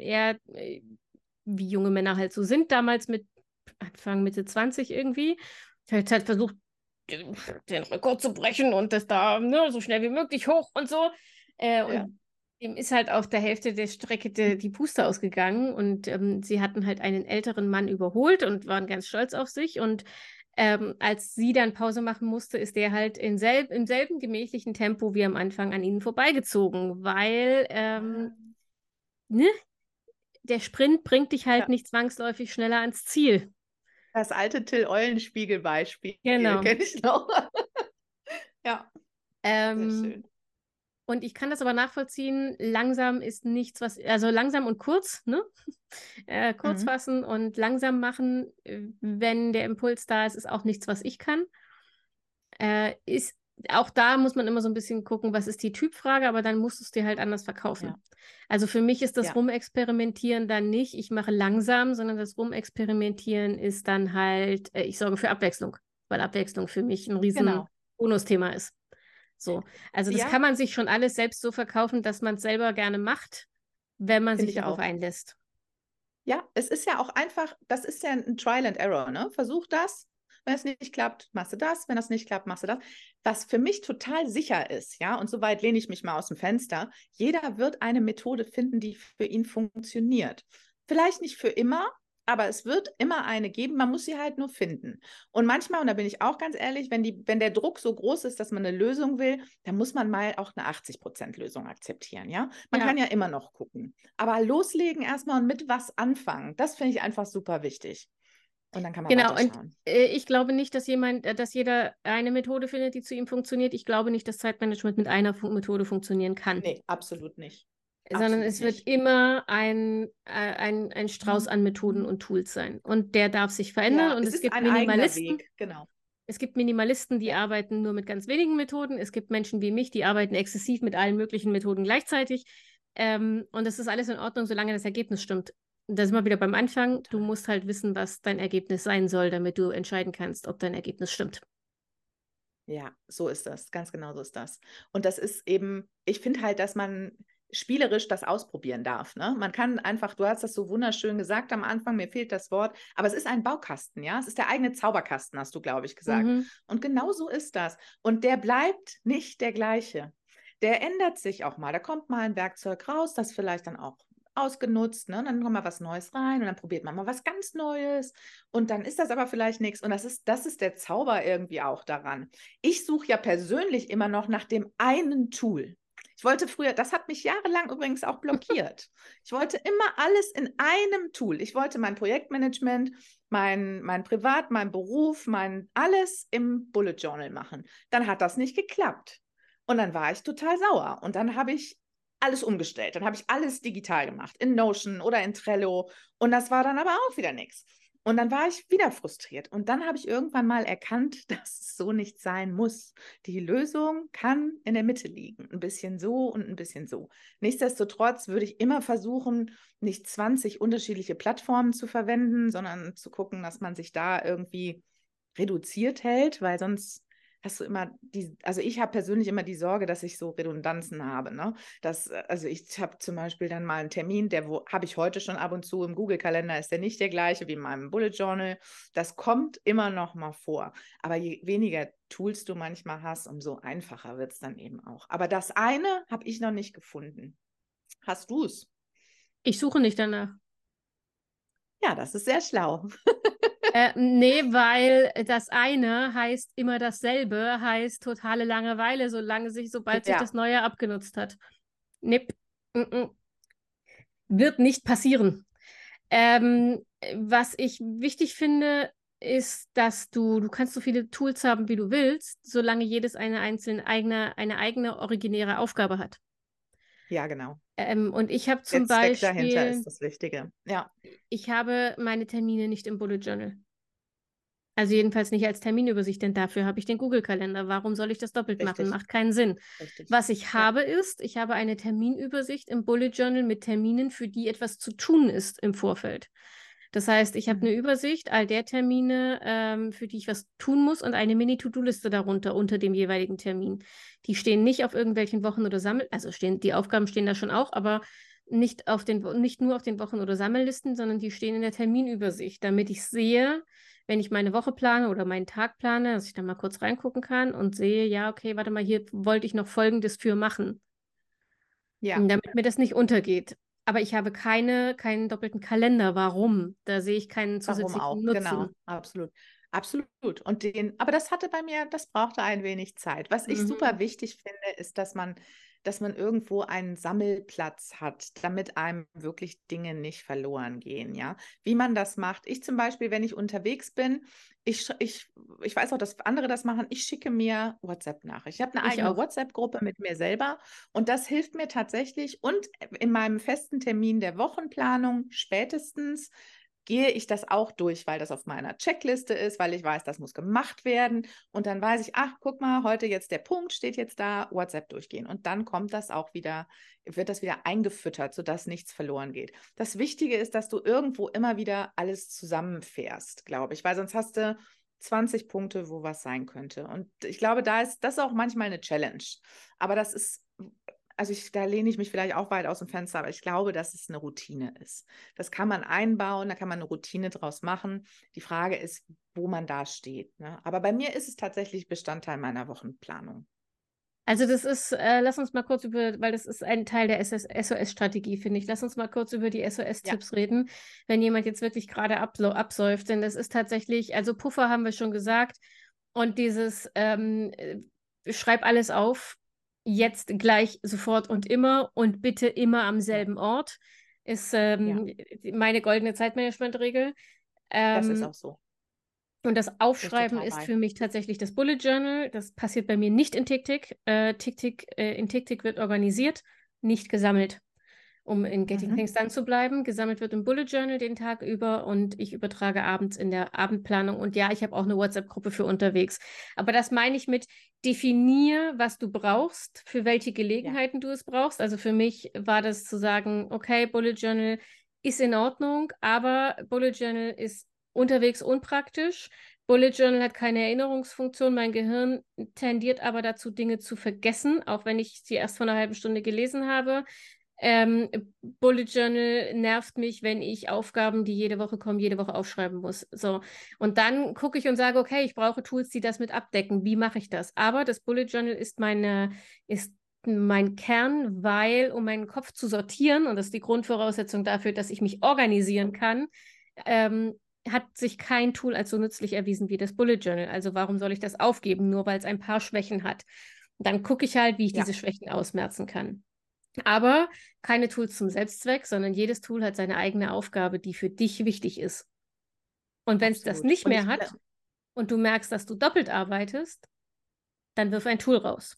wie junge Männer halt so sind, damals mit Anfang, Mitte 20 irgendwie, halt versucht, den Rekord zu brechen und das da ne, so schnell wie möglich hoch und so. Ja. Und ihm ist halt auf der Hälfte der Strecke die Puste ausgegangen und sie hatten halt einen älteren Mann überholt und waren ganz stolz auf sich. Und als sie dann Pause machen musste, ist der halt im selben gemächlichen Tempo wie am Anfang an ihnen vorbeigezogen, weil ne, der Sprint bringt dich halt Ja. nicht zwangsläufig schneller ans Ziel. Das alte Till-Eulenspiegel-Beispiel Genau. kenne ich noch. Ja, sehr Ähm, schön. und ich kann das aber nachvollziehen. Langsam ist nichts, also langsam und kurz, ne? Kurz Mhm. fassen und langsam machen, wenn der Impuls da ist, ist auch nichts, was ich kann. Ist, auch da muss man immer so ein bisschen gucken, was ist die Typfrage, aber dann musst du es dir halt anders Ja, verkaufen. Also für mich ist das ja, Rumexperimentieren dann nicht, ich mache langsam, sondern das Rumexperimentieren ist dann halt, ich sorge für Abwechslung, weil Abwechslung für mich ein riesen genau. Bonusthema ist. So, also das Ja, kann man sich schon alles selbst so verkaufen, dass man es selber gerne macht. wenn man Finde sich ich darauf auch. einlässt. Ja, es ist ja auch einfach, das ist ja ein Trial and Error, ne? Versuch das. Wenn es nicht klappt, machst du das. Wenn das nicht klappt, machst du das. Was für mich total sicher ist, ja, und so weit lehne ich mich mal aus dem Fenster, jeder wird eine Methode finden, die für ihn funktioniert. Vielleicht nicht für immer, aber es wird immer eine geben, man muss sie halt nur finden. Und manchmal, und da bin ich auch ganz ehrlich, wenn der Druck so groß ist, dass man eine Lösung will, dann muss man mal auch eine 80% Lösung akzeptieren, ja. Man Ja. kann ja immer noch gucken. Aber loslegen erstmal und mit was anfangen, das finde ich einfach super wichtig. Und dann kann man Genau, und weiterschauen. ich glaube nicht, dass jeder eine Methode findet, die zu ihm funktioniert. Ich glaube nicht, dass Zeitmanagement mit einer Methode funktionieren kann, Nee, absolut nicht. sondern Absolut es wird nicht. immer ein Strauß an Methoden und Tools sein. Und der darf sich verändern. Ja, Und es ist ein eigener Weg, genau. Es gibt Minimalisten, die Ja, arbeiten nur mit ganz wenigen Methoden. Es gibt Menschen wie mich, die arbeiten exzessiv mit allen möglichen Methoden gleichzeitig. Und das ist alles in Ordnung, solange das Ergebnis stimmt. Da sind wir wieder beim Anfang. Du total. musst halt wissen, was dein Ergebnis sein soll, damit du entscheiden kannst, ob dein Ergebnis stimmt. Ja, so ist das. Ganz genau so ist das. Und das ist eben, ich finde halt, dass man spielerisch das ausprobieren darf. Ne? Man kann einfach, du hast das so wunderschön gesagt am Anfang, mir fehlt das Wort, aber es ist ein Baukasten, ja. Es ist der eigene Zauberkasten, hast du, glaube ich, gesagt. Mhm. Und genau so ist das. Und der bleibt nicht der gleiche. Der ändert sich auch mal. Da kommt mal ein Werkzeug raus, das vielleicht dann auch ausgenutzt, ne? Dann kommt mal was Neues rein und dann probiert man mal was ganz Neues und dann ist das aber vielleicht nichts und das ist der Zauber irgendwie auch daran. Ich suche ja persönlich immer noch nach dem einen Tool. Ich wollte früher, das hat mich jahrelang übrigens auch blockiert. Ich wollte immer alles in einem Tool. Ich wollte mein Projektmanagement, mein Privat, mein Beruf, mein alles im Bullet Journal machen. Dann hat das nicht geklappt. Und dann war ich total sauer. Und dann habe ich alles umgestellt. Dann habe ich alles digital gemacht, in Notion oder in Trello. Und das war dann aber auch wieder nichts. Und dann war ich wieder frustriert. Und dann habe ich irgendwann mal erkannt, dass es so nicht sein muss. Die Lösung kann in der Mitte liegen. Ein bisschen so und ein bisschen so. Nichtsdestotrotz würde ich immer versuchen, nicht 20 unterschiedliche Plattformen zu verwenden, sondern zu gucken, dass man sich da irgendwie reduziert hält, weil sonst hast du immer also ich habe persönlich immer die Sorge, dass ich so Redundanzen habe, ne? Also ich habe zum Beispiel dann mal einen Termin, habe ich heute schon ab und zu im Google-Kalender, ist der nicht der gleiche wie in meinem Bullet Journal. Das kommt immer noch mal vor. Aber je weniger Tools du manchmal hast, umso einfacher wird es dann eben auch. Aber das eine habe ich noch nicht gefunden. Hast du es? Ich suche nicht danach. Ja, das ist sehr schlau. Nee, weil das eine heißt immer dasselbe, heißt totale Langeweile, sobald sich das Ja, Neue abgenutzt hat. Nipp. Mm-mm. Wird nicht passieren. Was ich wichtig finde, ist, dass du kannst so viele Tools haben, wie du willst, solange jedes eine eigene originäre Aufgabe hat. ja, genau. Und ich habe Der zum Zweck dahinter Beispiel, ist das Wichtige. Ja. ich habe meine Termine nicht im Bullet Journal. Also jedenfalls nicht als Terminübersicht, denn dafür habe ich den Google-Kalender. Warum soll ich das doppelt machen? Richtig, Macht keinen Sinn. richtig. Was ich Ja. habe ist, ich habe eine Terminübersicht im Bullet Journal mit Terminen, für die etwas zu tun ist im Vorfeld. Das heißt, ich habe eine Mhm. Übersicht all der Termine, für die ich was tun muss und eine Mini-To-Do-Liste darunter unter dem jeweiligen Termin. Die stehen nicht auf irgendwelchen Wochen- oder also die Aufgaben stehen da schon auch, aber nicht nur auf den Wochen- oder Sammellisten, sondern die stehen in der Terminübersicht, damit ich sehe, wenn ich meine Woche plane oder meinen Tag plane, dass ich da mal kurz reingucken kann und sehe, ja, okay, warte mal, hier wollte ich noch Folgendes für machen, Ja, damit mir das nicht untergeht. Aber ich habe keinen doppelten Kalender. Warum? Da sehe ich keinen warum zusätzlichen auch? Nutzen. Genau, absolut. Absolut. Und aber das hatte bei mir, das brauchte ein wenig Zeit. Was ich Mhm. super wichtig finde, ist, dass man irgendwo einen Sammelplatz hat, damit einem wirklich Dinge nicht verloren gehen, ja. Wie man das macht. Ich zum Beispiel, wenn ich unterwegs bin, ich weiß auch, dass andere das machen, ich schicke mir WhatsApp-Nachrichten. Ich habe eine Ich eigene auch. WhatsApp-Gruppe mit mir selber und das hilft mir tatsächlich und in meinem festen Termin der Wochenplanung spätestens gehe ich das auch durch, weil das auf meiner Checkliste ist, weil ich weiß, das muss gemacht werden. Und dann weiß ich, ach, guck mal, heute jetzt der Punkt, steht jetzt da, WhatsApp durchgehen. Und dann kommt das auch wieder, wird das wieder eingefüttert, sodass nichts verloren geht. Das Wichtige ist, dass du irgendwo immer wieder alles zusammenfährst, glaube ich, weil sonst hast du 20 Punkte, wo was sein könnte. Und ich glaube, das ist auch manchmal eine Challenge. Aber das ist also da lehne ich mich vielleicht auch weit aus dem Fenster, aber ich glaube, dass es eine Routine ist. Das kann man einbauen, da kann man eine Routine draus machen. Die Frage ist, wo man da steht. Ne? Aber bei mir ist es tatsächlich Bestandteil meiner Wochenplanung. Also das ist, lass uns mal kurz weil das ist ein Teil der SOS-Strategie, finde ich. Lass uns mal kurz über die Ja, SOS-Tipps reden, wenn jemand jetzt wirklich gerade absäuft. Denn das ist tatsächlich, also Puffer haben wir schon gesagt. Und dieses schreib alles auf, jetzt, gleich, sofort und immer und bitte immer am ja, selben Ort, ist ja, meine goldene Zeitmanagement-Regel. das ist Ähm, auch so. und das Bin ich Aufschreiben total ist bei. für mich tatsächlich das Bullet Journal. Das passiert bei mir nicht in TickTick. In TickTick wird organisiert, nicht gesammelt, um in Getting Mhm. Things Done zu bleiben. Gesammelt wird im Bullet Journal den Tag über und ich übertrage abends in der Abendplanung. Und ja, ich habe auch eine WhatsApp-Gruppe für unterwegs. Aber das meine ich mit definier, was du brauchst, für welche Ja, Gelegenheiten du es brauchst. Also für mich war das zu sagen, okay, Bullet Journal ist in Ordnung, aber Bullet Journal ist unterwegs unpraktisch. Bullet Journal hat keine Erinnerungsfunktion. Mein Gehirn tendiert aber dazu, Dinge zu vergessen, auch wenn ich sie erst vor einer halben Stunde gelesen habe. Ähm, Bullet Journal nervt mich, wenn ich Aufgaben, die jede Woche kommen, jede Woche aufschreiben muss. So. Und dann gucke ich und sage, okay, ich brauche Tools, die das mit abdecken. Wie mache ich das? Aber das Bullet Journal ist mein Kern, weil, um meinen Kopf zu sortieren, und das ist die Grundvoraussetzung dafür, dass ich mich organisieren kann, ähm, hat sich kein Tool als so nützlich erwiesen wie das Bullet Journal. Also warum soll ich das aufgeben, nur weil es ein paar Schwächen hat? Dann gucke ich halt, wie ich ja, diese Schwächen ausmerzen kann. Aber keine Tools zum Selbstzweck, sondern jedes Tool hat seine eigene Aufgabe, die für dich wichtig ist. Und wenn es das absolut. nicht Und mehr ich, hat und du merkst, dass du doppelt arbeitest, dann wirf ein Tool raus.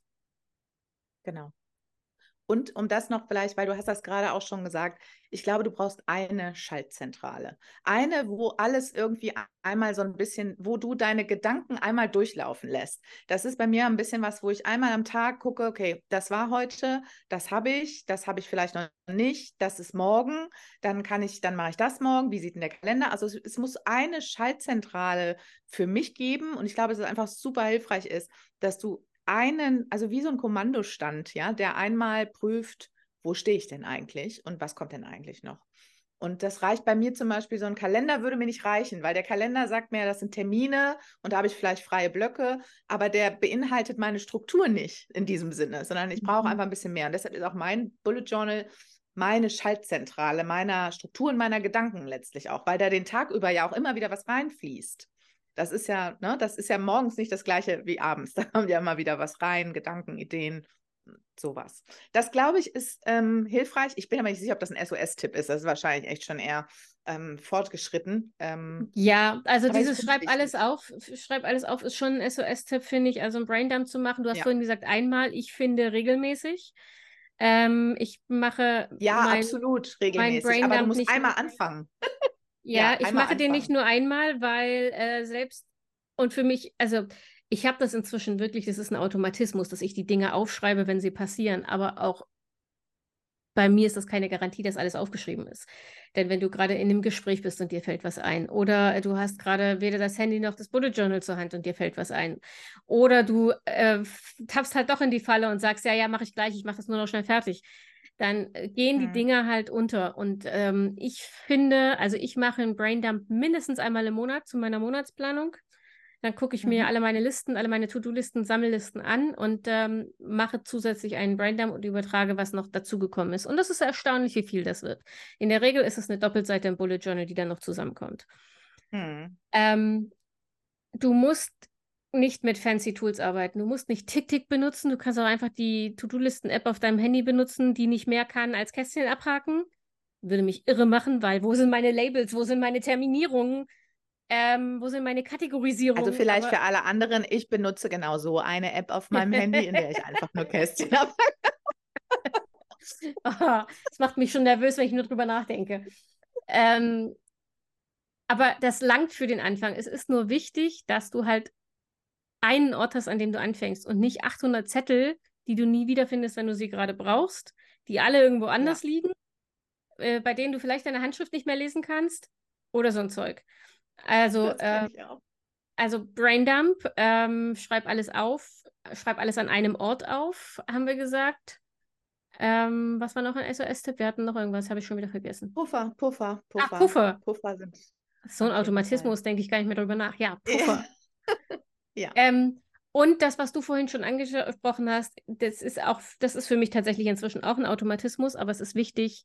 genau. Und um das noch vielleicht, weil du hast das gerade auch schon gesagt, ich glaube, du brauchst eine Schaltzentrale. Eine, wo alles irgendwie einmal so ein bisschen, wo du deine Gedanken einmal durchlaufen lässt. Das ist bei mir ein bisschen was, wo ich einmal am Tag gucke, okay, das war heute, das habe ich vielleicht noch nicht, das ist morgen, dann mache ich das morgen, wie sieht denn der Kalender? Also es muss eine Schaltzentrale für mich geben und ich glaube, dass es einfach super hilfreich ist, dass du also wie so ein Kommandostand, ja, der einmal prüft, wo stehe ich denn eigentlich und was kommt denn eigentlich noch? Und das reicht bei mir zum Beispiel, so ein Kalender würde mir nicht reichen, weil der Kalender sagt mir, das sind Termine und da habe ich vielleicht freie Blöcke, aber der beinhaltet meine Struktur nicht in diesem Sinne, sondern ich brauche Mhm. einfach ein bisschen mehr. Und deshalb ist auch mein Bullet Journal meine Schaltzentrale meiner Strukturen, meiner Gedanken letztlich auch, weil da den Tag über ja auch immer wieder was reinfließt. Das ist ja, ne, das ist ja morgens nicht das gleiche wie abends. Da kommt ja immer wieder was rein, Gedanken, Ideen, sowas. Das, glaube ich, ist hilfreich. Ich bin aber nicht sicher, ob das ein SOS-Tipp ist. Das ist wahrscheinlich echt schon eher fortgeschritten. Ja, also Aber ich dieses finde es wichtig. Schreib alles auf, ist schon ein SOS-Tipp, finde ich. Also ein Braindump zu machen. Du hast Ja. vorhin gesagt, einmal, ich finde regelmäßig. Ich mache Ja, absolut mein regelmäßig. Aber du Braindump musst nicht einmal nur. anfangen. Ja, Ja, ich einmal mache den nicht anfangen. nur einmal, weil selbst und für mich, also ich habe das inzwischen wirklich, das ist ein Automatismus, dass ich die Dinge aufschreibe, wenn sie passieren. Aber auch bei mir ist das keine Garantie, dass alles aufgeschrieben ist. Denn wenn du gerade in einem Gespräch bist und dir fällt was ein, oder du hast gerade weder das Handy noch das Bullet Journal zur Hand und dir fällt was ein, oder du tappst halt doch in die Falle und sagst, ja, ja, mache ich gleich, ich mache das nur noch schnell fertig, dann gehen die Hm. Dinge halt unter. Und ich finde, also ich mache einen Braindump mindestens einmal im Monat zu meiner Monatsplanung. Dann gucke ich mir Mhm. alle meine Listen, alle meine To-Do-Listen, Sammellisten an und mache zusätzlich einen Braindump und übertrage, was noch dazugekommen ist. Und das ist erstaunlich, wie viel das wird. In der Regel ist es eine Doppelseite im Bullet Journal, die dann noch zusammenkommt. Hm. Ähm, Du musst nicht mit fancy Tools arbeiten. Du musst nicht TickTick benutzen. Du kannst auch einfach die To-Do-Listen-App auf deinem Handy benutzen, die nicht mehr kann als Kästchen abhaken. Würde mich irre machen, weil wo sind meine Labels? Wo sind meine Terminierungen? Wo sind meine Also Kategorisierungen? vielleicht Aber für alle anderen, ich benutze genau so eine App auf meinem Handy, in der ich einfach nur Kästchen habe. Das macht mich schon nervös, wenn ich nur drüber nachdenke. Ähm, aber das langt für den Anfang. Es ist nur wichtig, dass du halt einen Ort hast, an dem du anfängst und nicht 800 Zettel, die du nie wiederfindest, wenn du sie gerade brauchst, die alle irgendwo Ja, anders liegen, bei denen du vielleicht deine Handschrift nicht mehr lesen kannst oder so ein Zeug. Also, das kenne ich auch. also Braindump, schreib alles auf, schreib alles an einem Ort auf, haben wir gesagt. Was war noch ein SOS-Tipp? Wir hatten noch irgendwas, habe ich schon wieder vergessen. Puffer. Ach, Puffer. Puffer sind So ein auf jeden Fall. Automatismus, denke ich gar nicht mehr drüber nach. Ja, Puffer. Ja. Und das, was du vorhin schon angesprochen hast, das ist für mich tatsächlich inzwischen auch ein Automatismus, aber es ist wichtig,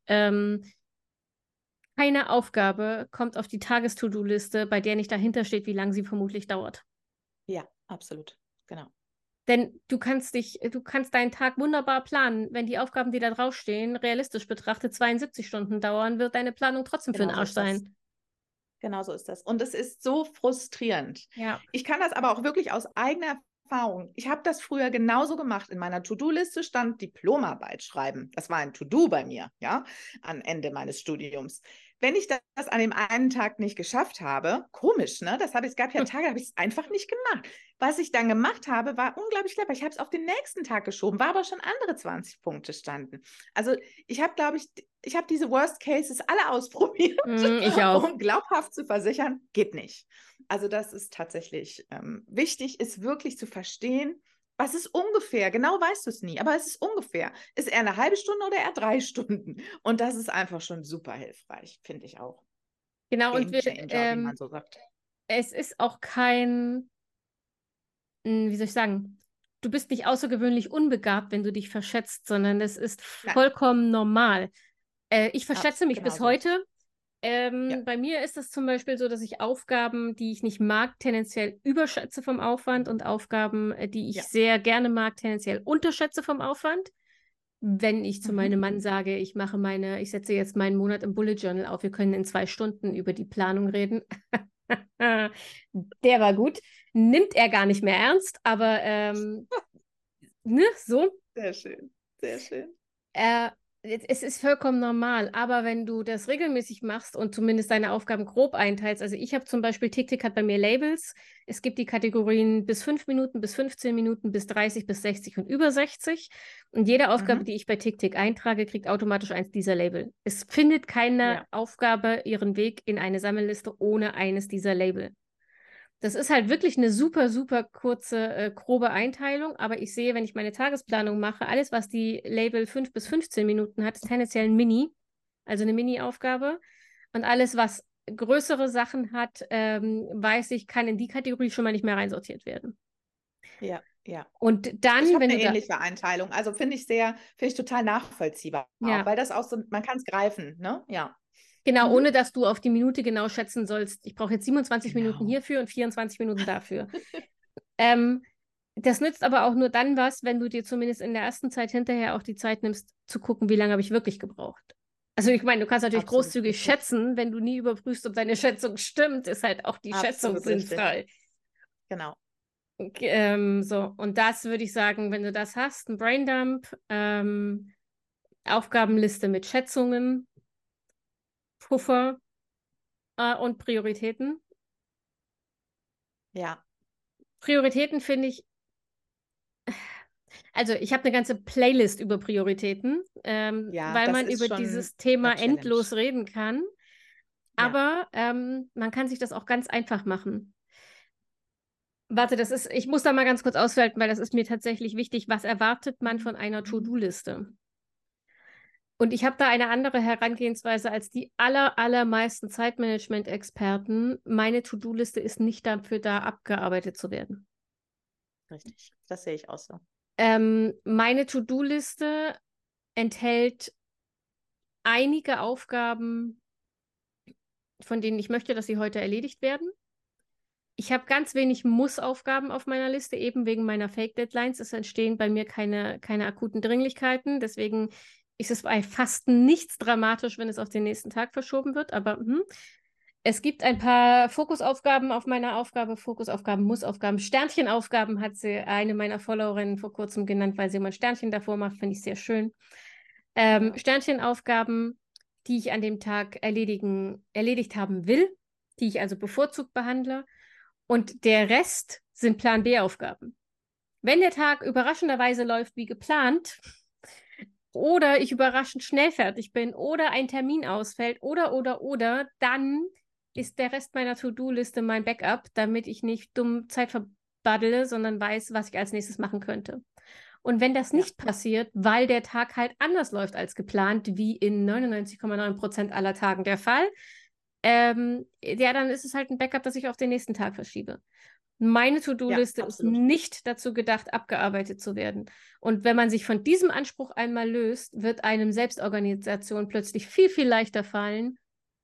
keine Aufgabe kommt auf die Tages-To-Do-Liste, bei der nicht dahinter steht, wie lange sie vermutlich dauert. Ja, absolut. Genau. Denn du kannst deinen Tag wunderbar planen. Wenn die Aufgaben, die da draufstehen, realistisch betrachtet 72 Stunden dauern, wird deine Planung trotzdem für den Genau so Arsch ist das. sein. Genau so ist das. Und es ist so frustrierend. Ja. Ich kann das aber auch wirklich aus eigener Erfahrung. Ich habe das früher genauso gemacht. In meiner To-Do-Liste stand Diplomarbeit schreiben. Das war ein To-Do bei mir, ja, am Ende meines Studiums. Wenn ich das an dem einen Tag nicht geschafft habe, komisch, ne? Es gab ja Tage, da habe ich es einfach nicht gemacht. Was ich dann gemacht habe, war unglaublich clever. Ich habe es auf den nächsten Tag geschoben, war aber schon andere 20 Punkte standen. Also ich habe, glaube ich habe diese Worst Cases alle ausprobiert, Ich auch. um glaubhaft zu versichern, geht nicht. Also das ist tatsächlich wichtig, ist wirklich zu verstehen, was ist ungefähr, genau weißt du es nie, aber es ist ungefähr. Ist er eine halbe Stunde oder eher 3 Stunden? Und das ist einfach schon super hilfreich, finde ich auch. Genau, und Game Changer, wie man so sagt. es ist auch kein, wie soll ich sagen, du bist nicht außergewöhnlich unbegabt, wenn du dich verschätzt, sondern es ist Nein, vollkommen normal. Ich verschätze mich genau bis so ist es. heute. Ja. Bei mir ist es zum Beispiel so, dass ich Aufgaben, die ich nicht mag, tendenziell überschätze vom Aufwand und Aufgaben, die ich Ja. sehr gerne mag, tendenziell unterschätze vom Aufwand. Wenn ich zu meinem Mhm. Mann sage, ich setze jetzt meinen Monat im Bullet Journal auf, wir können in 2 Stunden über die Planung reden. Der war gut. Nimmt er gar nicht mehr ernst, aber ne, so. Sehr schön, sehr schön. Es ist vollkommen normal, aber wenn du das regelmäßig machst und zumindest deine Aufgaben grob einteilst, also ich habe zum Beispiel, TickTick hat bei mir Labels, es gibt die Kategorien bis 5 Minuten, bis 15 Minuten, bis 30, bis 60 und über 60 und jede Aufgabe, die ich bei TickTick eintrage, kriegt automatisch eins dieser Label. Es findet keine Aufgabe ihren Weg in eine Sammelliste ohne eines dieser Label. Das ist halt wirklich eine super, super kurze, grobe Einteilung, aber ich sehe, wenn ich meine Tagesplanung mache, alles, was die Label 5 bis 15 Minuten hat, ist tendenziell ein Mini, also eine Mini-Aufgabe. Und alles, was größere Sachen hat, weiß ich, kann in die Kategorie schon mal nicht mehr reinsortiert werden. Ja, ja. Und Ich dann, habe wenn eine du da, ähnliche Einteilung. Also finde ich total nachvollziehbar auch, ja, weil das auch so, man kann es greifen, ne? Ja. genau, Mhm. ohne dass du auf die Minute genau schätzen sollst, ich brauche jetzt 27 Minuten Genau. hierfür und 24 Minuten dafür. Das nützt aber auch nur dann was, wenn du dir zumindest in der ersten Zeit hinterher auch die Zeit nimmst, zu gucken, wie lange habe ich wirklich gebraucht. Also ich meine, du kannst natürlich Absolut großzügig richtig. schätzen, wenn du nie überprüfst, ob deine Schätzung stimmt, ist halt auch die Schätzung Absolut richtig. sinnfrei. Genau. So, und das würde ich sagen, wenn du das hast, ein Braindump, Aufgabenliste mit Schätzungen, Puffer und Prioritäten. Ja. Prioritäten finde ich, also ich habe eine ganze Playlist über Prioritäten, Ja, weil das man ist über schon dieses Thema eine Challenge. endlos reden kann. Ja. Aber man kann sich das auch ganz einfach machen. Warte, ich muss da mal ganz kurz auswerten, weil das ist mir tatsächlich wichtig. Was erwartet man von einer To-Do-Liste? Und ich habe da eine andere Herangehensweise als die allermeisten Zeitmanagement-Experten. Meine To-Do-Liste ist nicht dafür da, abgearbeitet zu werden. Richtig. Das sehe ich auch so. Meine To-Do-Liste enthält einige Aufgaben, von denen ich möchte, dass sie heute erledigt werden. Ich habe ganz wenig Muss-Aufgaben auf meiner Liste, eben wegen meiner Fake-Deadlines. Es entstehen bei mir keine akuten Dringlichkeiten. Deswegen ist es bei fast nichts dramatisch, wenn es auf den nächsten Tag verschoben wird. Aber es gibt ein paar Fokusaufgaben auf meiner Aufgabe, Fokusaufgaben, Muss-Aufgaben, Sternchenaufgaben hat sie eine meiner Followerinnen vor kurzem genannt, weil sie immer ein Sternchen davor macht, finde ich sehr schön. Ja. Sternchenaufgaben, die ich an dem Tag erledigt haben will, die ich also bevorzugt behandle. Und der Rest sind Plan B-Aufgaben. Wenn der Tag überraschenderweise läuft wie geplant oder ich überraschend schnell fertig bin oder ein Termin ausfällt oder, dann ist der Rest meiner To-Do-Liste mein Backup, damit ich nicht dumm Zeit verbaddele, sondern weiß, was ich als nächstes machen könnte. Und wenn das nicht passiert, weil der Tag halt anders läuft als geplant, wie in 99,9% aller Tagen der Fall, ja, dann ist es halt ein Backup, das ich auf den nächsten Tag verschiebe. Meine Ja, To-Do-Liste ist absolut. nicht dazu gedacht, abgearbeitet zu werden. Und wenn man sich von diesem Anspruch einmal löst, wird einem Selbstorganisation plötzlich viel, viel leichter fallen,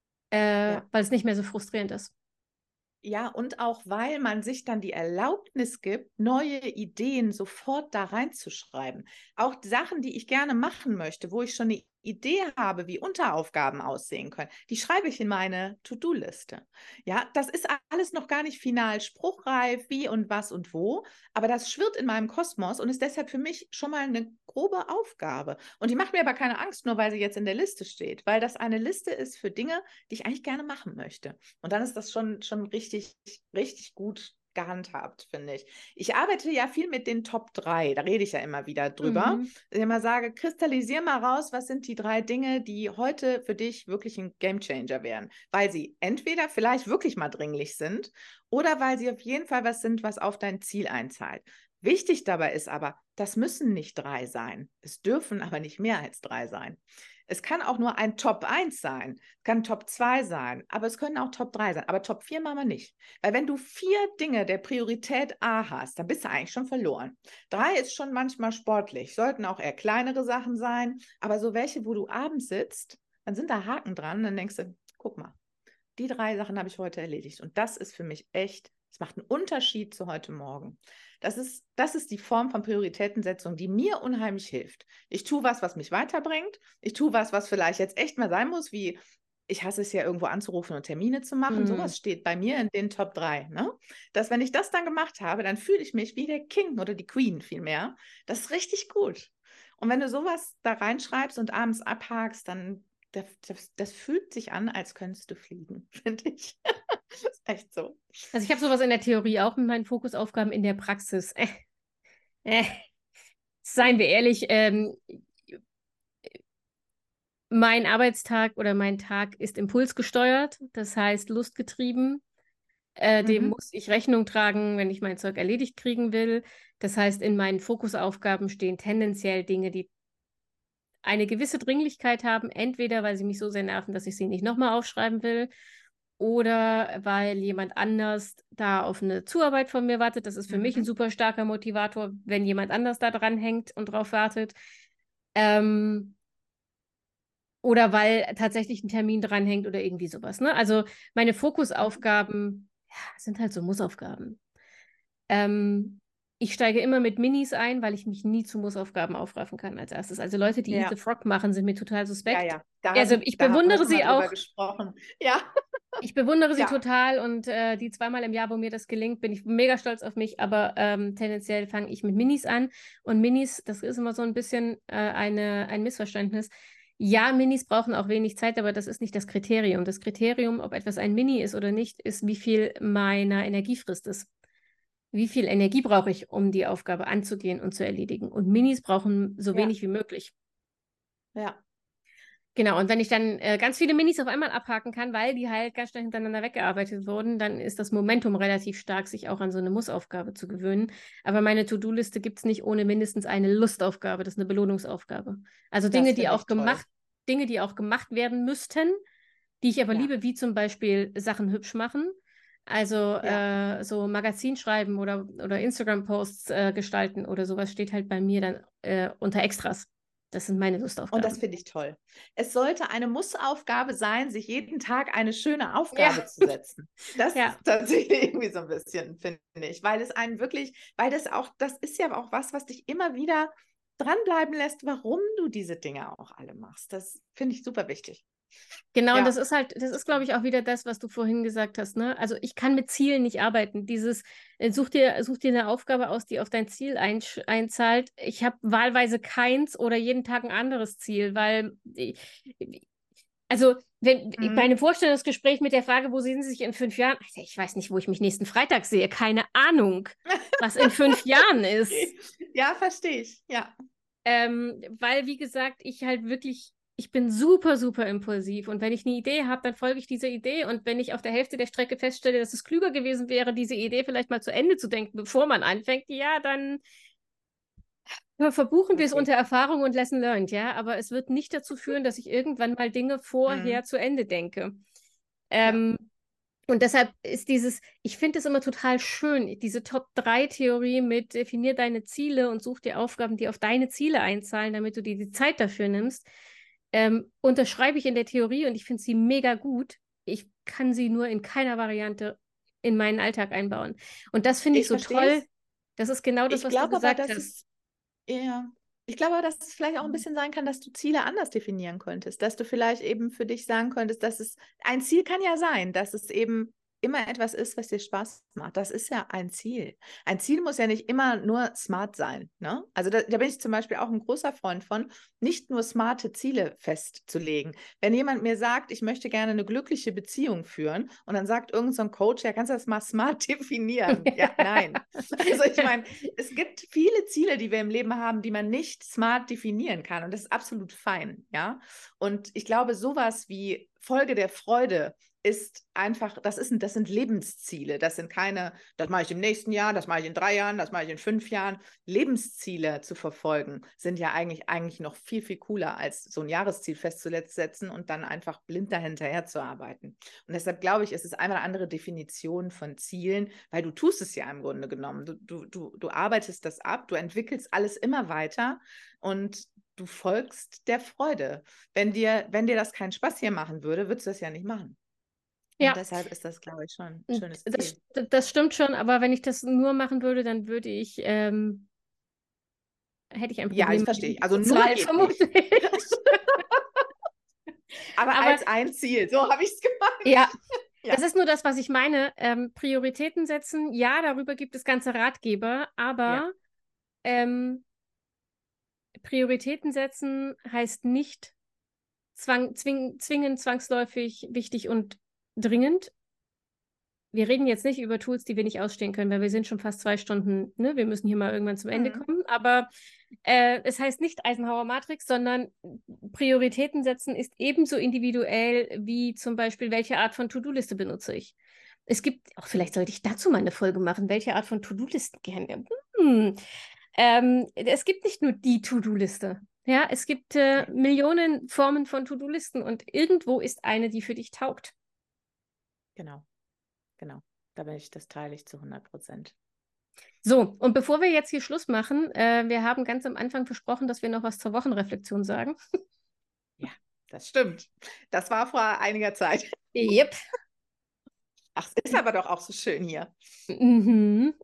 Ja. weil es nicht mehr so frustrierend ist. Ja, und auch weil man sich dann die Erlaubnis gibt, neue Ideen sofort da reinzuschreiben. Auch Sachen, die ich gerne machen möchte, wo ich schon eine Idee habe, wie Unteraufgaben aussehen können, die schreibe ich in meine To-Do-Liste. Ja, das ist alles noch gar nicht final spruchreif, wie und was und wo, aber das schwirrt in meinem Kosmos und ist deshalb für mich schon mal eine grobe Aufgabe. Und die macht mir aber keine Angst, nur weil sie jetzt in der Liste steht, weil das eine Liste ist für Dinge, die ich eigentlich gerne machen möchte. Und dann ist das schon richtig, richtig gut gehandhabt, finde ich. Ich arbeite ja viel mit den Top 3, da rede ich ja immer wieder drüber. Mhm. Ich immer sage, kristallisier mal raus, was sind die 3 Dinge, die heute für dich wirklich ein Gamechanger wären, weil sie entweder vielleicht wirklich mal dringlich sind oder weil sie auf jeden Fall was sind, was auf dein Ziel einzahlt. Wichtig dabei ist aber, das müssen nicht 3 sein. Es dürfen aber nicht mehr als 3 sein. Es kann auch nur ein Top 1 sein, kann Top 2 sein, aber es können auch Top 3 sein. Aber Top 4 machen wir nicht. Weil wenn du 4 Dinge der Priorität A hast, dann bist du eigentlich schon verloren. 3 ist schon manchmal sportlich, sollten auch eher kleinere Sachen sein, aber so welche, wo du abends sitzt, dann sind da Haken dran, dann denkst du, guck mal, die 3 Sachen habe ich heute erledigt. Und das ist für mich echt, es macht einen Unterschied zu heute Morgen. Das ist die Form von Prioritätensetzung, die mir unheimlich hilft. Ich tue was, was mich weiterbringt. Ich tue was, was vielleicht jetzt echt mal sein muss, wie ich hasse es ja, irgendwo anzurufen und Termine zu machen. Mhm. Sowas steht bei mir in den Top 3. Ne? Dass, wenn ich das dann gemacht habe, dann fühle ich mich wie der King oder die Queen vielmehr. Das ist richtig gut. Und wenn du sowas da reinschreibst und abends abhakst, dann das fühlt sich an, als könntest du fliegen, finde ich. Das ist echt so. Also ich habe sowas in der Theorie auch mit meinen Fokusaufgaben in der Praxis. Äh. Seien wir ehrlich, mein Arbeitstag oder mein Tag ist impulsgesteuert, das heißt lustgetrieben. Dem Mhm. muss ich Rechnung tragen, wenn ich mein Zeug erledigt kriegen will. Das heißt, in meinen Fokusaufgaben stehen tendenziell Dinge, die eine gewisse Dringlichkeit haben, entweder weil sie mich so sehr nerven, dass ich sie nicht nochmal aufschreiben will, oder weil jemand anders da auf eine Zuarbeit von mir wartet. Das ist für mich ein Mhm. super starker Motivator, wenn jemand anders da dran hängt und drauf wartet. Ähm, oder weil tatsächlich ein Termin dranhängt oder irgendwie sowas. Ne? Also meine Mhm. Fokusaufgaben ja, sind halt so Mussaufgaben. Ähm, ich steige immer mit Minis ein, weil ich mich nie zu Mussaufgaben aufraffen kann als erstes. Also Leute, die Eat the Ja, Frog machen, sind mir total ja, suspekt. ja. Also ich Da haben wir bewundere schon mal sie drüber auch. gesprochen. Ja, Ich bewundere sie ja. total und die zweimal im Jahr, wo mir das gelingt, bin ich mega stolz auf mich. Aber tendenziell fange ich mit Minis an. Und Minis, das ist immer so ein bisschen ein Missverständnis. Ja, Minis brauchen auch wenig Zeit, aber das ist nicht das Kriterium. Das Kriterium, ob etwas ein Mini ist oder nicht, ist, wie viel meiner Energiefrist ist. Wie viel Energie brauche ich, um die Aufgabe anzugehen und zu erledigen? Und Minis brauchen so Ja, wenig wie möglich. ja. Genau, und wenn ich dann ganz viele Minis auf einmal abhaken kann, weil die halt ganz schnell hintereinander weggearbeitet wurden, dann ist das Momentum relativ stark, sich auch an so eine Mussaufgabe zu gewöhnen. Aber meine To-Do-Liste gibt es nicht ohne mindestens eine Lustaufgabe, das ist eine Belohnungsaufgabe. Also Das finde ich toll. Dinge, die auch gemacht werden müssten, die ich aber Ja, liebe, wie zum Beispiel Sachen hübsch machen. Also ja. so Magazin schreiben oder Instagram-Posts gestalten oder sowas steht halt bei mir dann unter Extras. Das sind meine Und das Lustaufgaben. finde ich toll. Es sollte eine Mussaufgabe sein, sich jeden Tag eine schöne Ja, Aufgabe zu setzen. Das ja. ist tatsächlich irgendwie so ein bisschen, finde ich, weil es einen wirklich, weil das auch, das ist ja auch was, was dich immer wieder dranbleiben lässt, warum du diese Dinge auch alle machst. Das finde ich super wichtig. Genau, und Ja, das ist, glaube ich, auch wieder das, was du vorhin gesagt hast, ne? Also ich kann mit Zielen nicht arbeiten. Dieses, such dir eine Aufgabe aus, die auf dein Ziel einzahlt. Ich habe wahlweise keins oder jeden Tag ein anderes Ziel, weil also wenn bei mhm. einem Vorstellungsgespräch mit der Frage, wo sehen Sie sich in 5 Jahren? Ich weiß nicht, wo ich mich nächsten Freitag sehe. Keine Ahnung, was in 5 Jahren ist. Okay. Ja, verstehe ich. Ja, Weil, wie gesagt, ich bin super, super impulsiv. Und wenn ich eine Idee habe, dann folge ich dieser Idee. Und wenn ich auf der Hälfte der Strecke feststelle, dass es klüger gewesen wäre, diese Idee vielleicht mal zu Ende zu denken, bevor man anfängt, ja, dann Verbuchen wir es Okay. unter Erfahrung und Lesson learned, ja, aber es wird nicht dazu führen, dass ich irgendwann mal Dinge vorher Mhm. zu Ende denke. Ja. Ähm, und deshalb ist ich finde es immer total schön, diese Top-3-Theorie mit definier deine Ziele und such dir Aufgaben, die auf deine Ziele einzahlen, damit du dir die Zeit dafür nimmst. Unterschreibe ich in der Theorie und ich finde sie mega gut. Ich kann sie nur in keiner Variante in meinen Alltag einbauen. Und das finde ich Ich so verstehe toll. es. Das ist genau das, Ich was du glaube aber, gesagt dass hast. es, ja, ich glaube aber, dass es vielleicht auch ein bisschen sein kann, dass du Ziele anders definieren könntest, dass du vielleicht eben für dich sagen könntest, dass es, ein Ziel kann ja sein, dass es eben immer etwas ist, was dir Spaß macht. Das ist ja ein Ziel. Ein Ziel muss ja nicht immer nur smart sein, ne? Also da bin ich zum Beispiel auch ein großer Freund von, nicht nur smarte Ziele festzulegen. Wenn jemand mir sagt, ich möchte gerne eine glückliche Beziehung führen und dann sagt irgend so ein Coach, ja, kannst du das mal smart definieren? Ja, nein. Also ich meine, es gibt viele Ziele, die wir im Leben haben, die man nicht smart definieren kann. Und das ist absolut fein, ja. Und ich glaube, sowas wie Folge der Freude ist einfach, das sind Lebensziele. Das sind keine, das mache ich im nächsten Jahr, das mache ich in 3 Jahren, das mache ich in 5 Jahren. Lebensziele zu verfolgen, sind ja eigentlich noch viel, viel cooler, als so ein Jahresziel festzusetzen und dann einfach blind dahinterher zu arbeiten. Und deshalb glaube ich, es ist einmal eine andere Definition von Zielen, weil du tust es ja im Grunde genommen. Du arbeitest das ab, du entwickelst alles immer weiter und du folgst der Freude. Wenn dir das keinen Spaß hier machen würde, würdest du das ja nicht machen. Und Ja, deshalb ist das, glaube ich, schon ein und schönes Ziel. das stimmt schon, aber wenn ich das nur machen würde, dann hätte ich ein Ja, ich Problem mit verstehe. dieser Also nur Zahl geht nicht. vermutlich. Aber Aber als ein Ziel, so habe ich es gemeint. ja, Ja. das ist nur das, was ich meine. Prioritäten setzen, ja, darüber gibt es ganze Ratgeber, Ja. aber ähm, Prioritäten setzen heißt nicht zwingend, zwangsläufig, wichtig und dringend. Wir reden jetzt nicht über Tools, die wir nicht ausstehen können, weil wir sind schon fast 2 Stunden, ne? Wir müssen hier mal irgendwann zum Ende Mhm. kommen. Aber es heißt nicht Eisenhower Matrix, sondern Prioritäten setzen ist ebenso individuell wie zum Beispiel, welche Art von To-Do-Liste benutze ich. Es gibt, auch vielleicht sollte ich dazu mal eine Folge machen, welche Art von To-Do-Listen gerne. Es gibt nicht nur die To-Do-Liste. Ja, es gibt Nee, Millionen Formen von To-Do-Listen und irgendwo ist eine, die für dich taugt. genau, genau. Das teile ich zu 100%. So, und bevor wir jetzt hier Schluss machen, wir haben ganz am Anfang versprochen, dass wir noch was zur Wochenreflexion sagen. Ja, das stimmt. Das war vor einiger Zeit. Yep. Ach, es ist aber doch auch so schön hier. Mhm.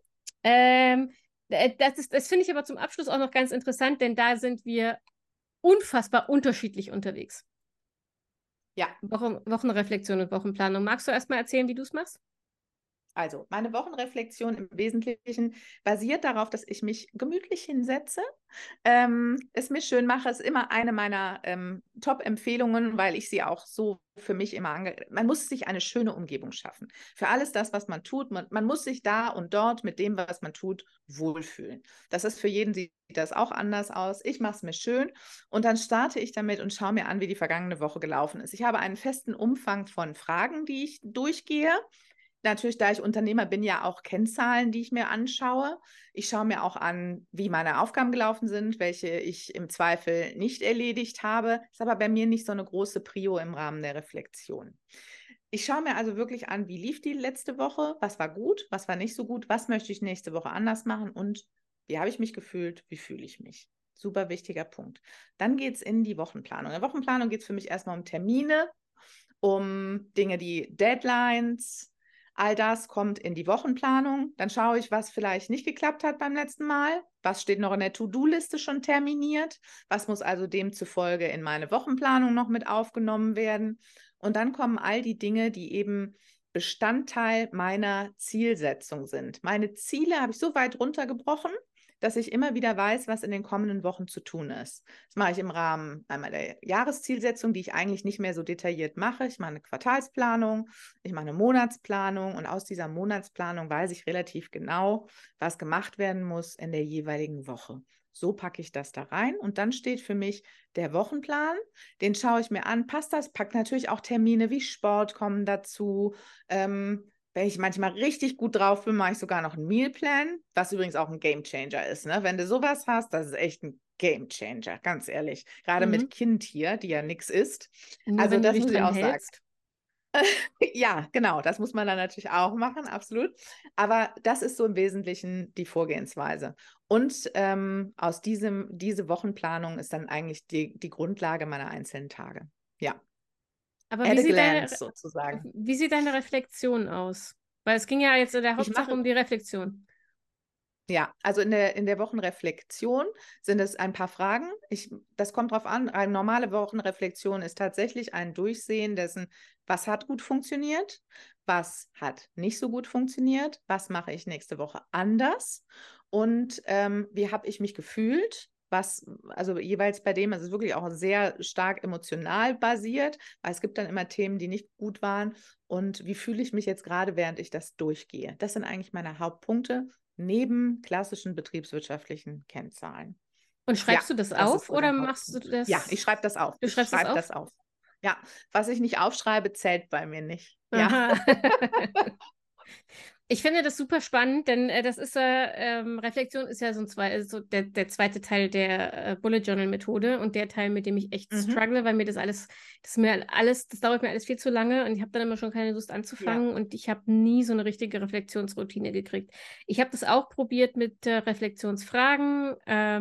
Das finde ich aber zum Abschluss auch noch ganz interessant, denn da sind wir unfassbar unterschiedlich unterwegs. Ja, Wochenreflexion und Wochenplanung. Magst du erst mal erzählen, wie du es machst? also meine Wochenreflexion im Wesentlichen basiert darauf, dass ich mich gemütlich hinsetze, es mir schön mache, ist immer eine meiner Top-Empfehlungen, weil ich sie auch so für mich immer man muss sich eine schöne Umgebung schaffen. Für alles das, was man tut, man muss sich da und dort mit dem, was man tut, wohlfühlen. Das ist für jeden, sieht das auch anders aus. Ich mache es mir schön und dann starte ich damit und schaue mir an, wie die vergangene Woche gelaufen ist. Ich habe einen festen Umfang von Fragen, die ich durchgehe. Natürlich, da ich Unternehmer bin, ja auch Kennzahlen, die ich mir anschaue. Ich schaue mir auch an, wie meine Aufgaben gelaufen sind, welche ich im Zweifel nicht erledigt habe. Ist aber bei mir nicht so eine große Prio im Rahmen der Reflexion. Ich schaue mir also wirklich an, wie lief die letzte Woche, was war gut, was war nicht so gut, was möchte ich nächste Woche anders machen und wie habe ich mich gefühlt, wie fühle ich mich. Super wichtiger Punkt. Dann geht es in die Wochenplanung. In der Wochenplanung geht es für mich erstmal um Termine, um Dinge, die Deadlines, all das kommt in die Wochenplanung. Dann schaue ich, was vielleicht nicht geklappt hat beim letzten Mal. Was steht noch in der To-Do-Liste schon terminiert? Was muss also demzufolge in meine Wochenplanung noch mit aufgenommen werden? Und dann kommen all die Dinge, die eben Bestandteil meiner Zielsetzung sind. Meine Ziele habe ich so weit runtergebrochen, dass ich immer wieder weiß, was in den kommenden Wochen zu tun ist. Das mache ich im Rahmen einmal der Jahreszielsetzung, die ich eigentlich nicht mehr so detailliert mache. Ich mache eine Quartalsplanung, ich mache eine Monatsplanung und aus dieser Monatsplanung weiß ich relativ genau, was gemacht werden muss in der jeweiligen Woche. So packe ich das da rein und dann steht für mich der Wochenplan. Den schaue ich mir an. Passt das? Packt natürlich auch Termine wie Sport kommen dazu. Wenn ich manchmal richtig gut drauf bin, mache ich sogar noch einen Mealplan, was übrigens auch ein Gamechanger ist. Ne? Wenn du sowas hast, das ist echt ein Gamechanger, ganz ehrlich. Gerade Mhm. mit Kind hier, die ja nichts isst. Nur Also wenn du das dich muss ich dran auch sagen. hältst. Ja, genau, das muss man dann natürlich auch machen, absolut. Aber das ist so im Wesentlichen die Vorgehensweise. Und diese Wochenplanung ist dann eigentlich die Grundlage meiner einzelnen Tage. Ja, Aber at a glance sozusagen. wie sieht deine Reflexion aus? Weil es ging ja jetzt in der Ich Hauptsache mache um die Reflexion. Ja, also in der Wochenreflexion sind es ein paar Fragen. Das kommt drauf an. Eine normale Wochenreflexion ist tatsächlich ein Durchsehen dessen, was hat gut funktioniert, was hat nicht so gut funktioniert, was mache ich nächste Woche anders und wie habe ich mich gefühlt. Also jeweils bei dem, also es ist wirklich auch sehr stark emotional basiert, weil es gibt dann immer Themen, die nicht gut waren. Und wie fühle ich mich jetzt gerade, während ich das durchgehe? Das sind eigentlich meine Hauptpunkte neben klassischen betriebswirtschaftlichen Kennzahlen. Und Ja, schreibst du das das ist auf so oder der machst du Hauptpunkt. Ja, das? ich schreibe das auf. Du Ich schreibst das schreibe auf? das auf. Ja, was ich nicht aufschreibe, zählt bei mir nicht. Ja. Aha. Ich finde das super spannend, denn das ist Reflexion ist ja so der zweite Teil der Bullet Journal Methode und der Teil, mit dem ich echt Mhm. struggle, weil das dauert mir alles viel zu lange und ich habe dann immer schon keine Lust Ja. anzufangen und ich habe nie so eine richtige Reflexionsroutine gekriegt. Ich habe das auch probiert mit Reflexionsfragen,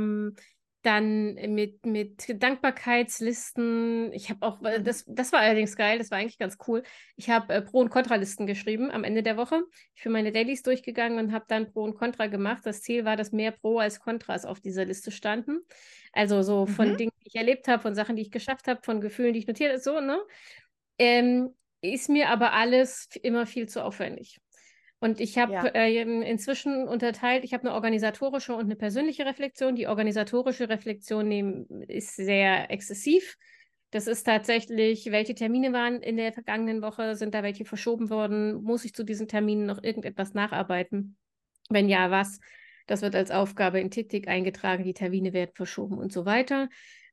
dann mit Dankbarkeitslisten. Ich habe auch, Mhm. das war allerdings geil, das war eigentlich ganz cool. Ich habe Pro- und Kontralisten geschrieben am Ende der Woche. Ich bin meine Dailies durchgegangen und habe dann Pro und Contra gemacht. Das Ziel war, dass mehr Pro als Kontras auf dieser Liste standen. Also so von Mhm. Dingen, die ich erlebt habe, von Sachen, die ich geschafft habe, von Gefühlen, die ich notiert habe, so, ne? Ähm, Ist mir aber alles immer viel zu aufwendig. Und ich habe Ja. inzwischen unterteilt, ich habe eine organisatorische und eine persönliche Reflexion. Die organisatorische Reflexion ist sehr exzessiv. Das ist tatsächlich, welche Termine waren in der vergangenen Woche, sind da welche verschoben worden? Muss ich zu diesen Terminen noch irgendetwas nacharbeiten? Wenn ja, was? Das wird als Aufgabe in Tick eingetragen, die Termine werden verschoben und so weiter.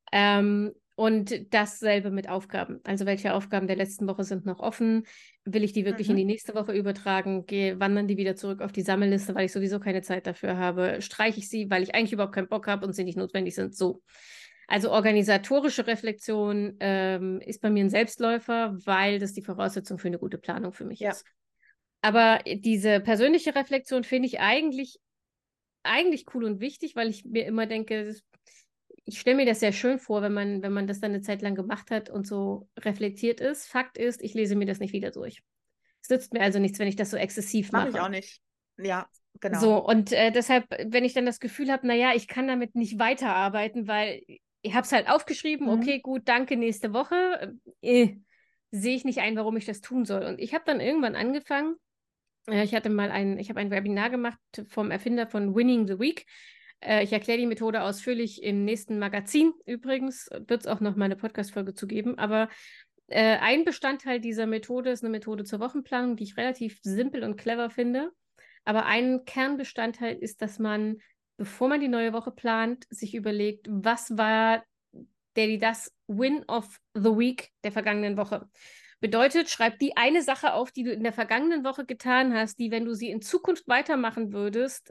Und dasselbe mit Aufgaben. Also welche Aufgaben der letzten Woche sind noch offen? Will ich die wirklich in die Mhm. nächste Woche übertragen? Wandern die wieder zurück auf die Sammelliste, weil ich sowieso keine Zeit dafür habe? Streiche ich sie, weil ich eigentlich überhaupt keinen Bock habe und sie nicht notwendig sind? So. Also organisatorische Reflexion ist bei mir ein Selbstläufer, weil das die Voraussetzung für eine gute Planung für mich Ja. ist. Aber diese persönliche Reflexion finde ich eigentlich cool und wichtig, weil ich mir immer denke, ich stelle mir das sehr schön vor, wenn man das dann eine Zeit lang gemacht hat und so reflektiert ist. Fakt ist, ich lese mir das nicht wieder durch. Es nützt mir also nichts, wenn ich das so exzessiv Mache ich mache. auch nicht. Ja, genau. So, und deshalb, wenn ich dann das Gefühl habe, naja, ich kann damit nicht weiterarbeiten, weil ich habe es halt aufgeschrieben, Mhm. okay, gut, danke, nächste Woche, sehe ich nicht ein, warum ich das tun soll. Und ich habe dann irgendwann angefangen, ich habe ein Webinar gemacht vom Erfinder von Winning the Week. Ich erkläre die Methode ausführlich im nächsten Magazin. Übrigens wird es auch noch mal eine Podcast-Folge zu geben. Aber ein Bestandteil dieser Methode ist eine Methode zur Wochenplanung, die ich relativ simpel und clever finde. Aber ein Kernbestandteil ist, dass man, bevor man die neue Woche plant, sich überlegt, was war das Win of the Week der vergangenen Woche. Bedeutet, schreib die eine Sache auf, die du in der vergangenen Woche getan hast, die, wenn du sie in Zukunft weitermachen würdest,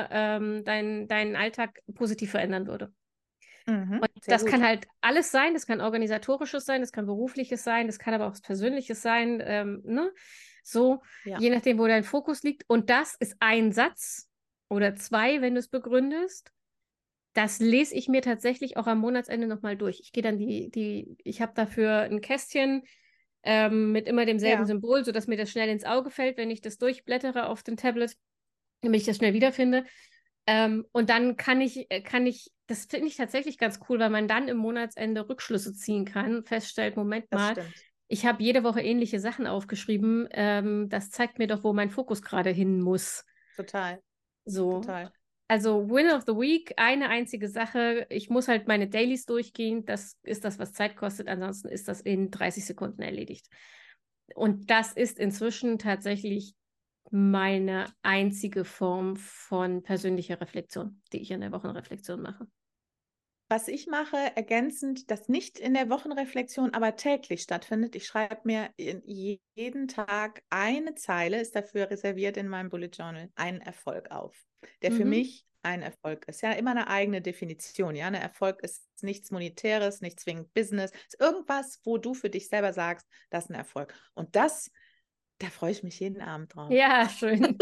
deinen Alltag positiv verändern würde. Mhm. Und Sehr das kann gut. halt alles sein, das kann organisatorisches sein, das kann berufliches sein, das kann aber auch was Persönliches sein, ne? So, Ja. je nachdem, wo dein Fokus liegt. Und das ist ein Satz oder zwei, wenn du es begründest. Das lese ich mir tatsächlich auch am Monatsende nochmal durch. Ich gehe dann ich habe dafür ein Kästchen mit immer demselben Ja. Symbol, sodass mir das schnell ins Auge fällt, wenn ich das durchblättere auf dem Tablet, damit ich das schnell wiederfinde. Und dann das finde ich tatsächlich ganz cool, weil man dann im Monatsende Rückschlüsse ziehen kann, feststellt, Moment Das mal, stimmt. ich habe jede Woche ähnliche Sachen aufgeschrieben. Das zeigt mir doch, wo mein Fokus gerade hin muss. Total. So. Total. Also Win of the Week, eine einzige Sache. Ich muss halt meine Dailies durchgehen. Das ist das, was Zeit kostet. Ansonsten ist das in 30 Sekunden erledigt. Und das ist inzwischen tatsächlich meine einzige Form von persönlicher Reflexion, die ich in der Wochenreflexion mache. was ich mache, ergänzend, das nicht in der Wochenreflexion, aber täglich stattfindet. Ich schreibe mir jeden Tag eine Zeile, ist dafür reserviert in meinem Bullet Journal, einen Erfolg auf, der für mich ein Erfolg ist. Ja, immer eine eigene Definition. Ja, ein Erfolg ist nichts Monetäres, nicht zwingend Business, ist irgendwas, wo du für dich selber sagst, das ist ein Erfolg. Und da freue ich mich jeden Abend drauf. Ja, schön.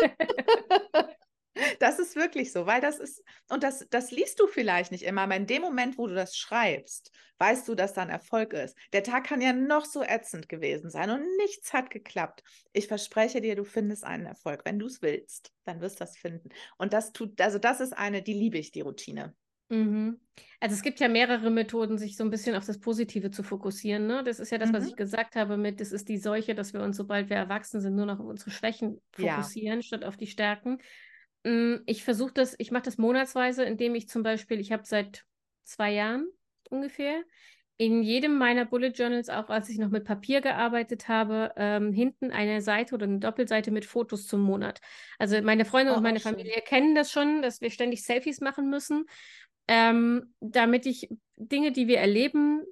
Das ist wirklich so, weil das liest du vielleicht nicht immer, aber in dem Moment, wo du das schreibst, weißt du, dass da ein Erfolg ist. Der Tag kann ja noch so ätzend gewesen sein und nichts hat geklappt. Ich verspreche dir, du findest einen Erfolg. Wenn du es willst, dann wirst du das finden. Und das ist eine, die liebe ich, die Routine. Also es gibt ja mehrere Methoden, sich so ein bisschen auf das Positive zu fokussieren. Ne? Das ist ja das, was ich gesagt habe das ist die Seuche, dass wir uns, sobald wir erwachsen sind, nur noch auf unsere Schwächen fokussieren, statt auf die Stärken. Ich mache das monatsweise, indem ich zum Beispiel, ich habe seit 2 Jahren ungefähr, in jedem meiner Bullet Journals, auch als ich noch mit Papier gearbeitet habe, hinten eine Seite oder eine Doppelseite mit Fotos zum Monat. Also meine Freunde und meine Familie kennen das schon, dass wir ständig Selfies machen müssen, damit ich Dinge, die wir erleben,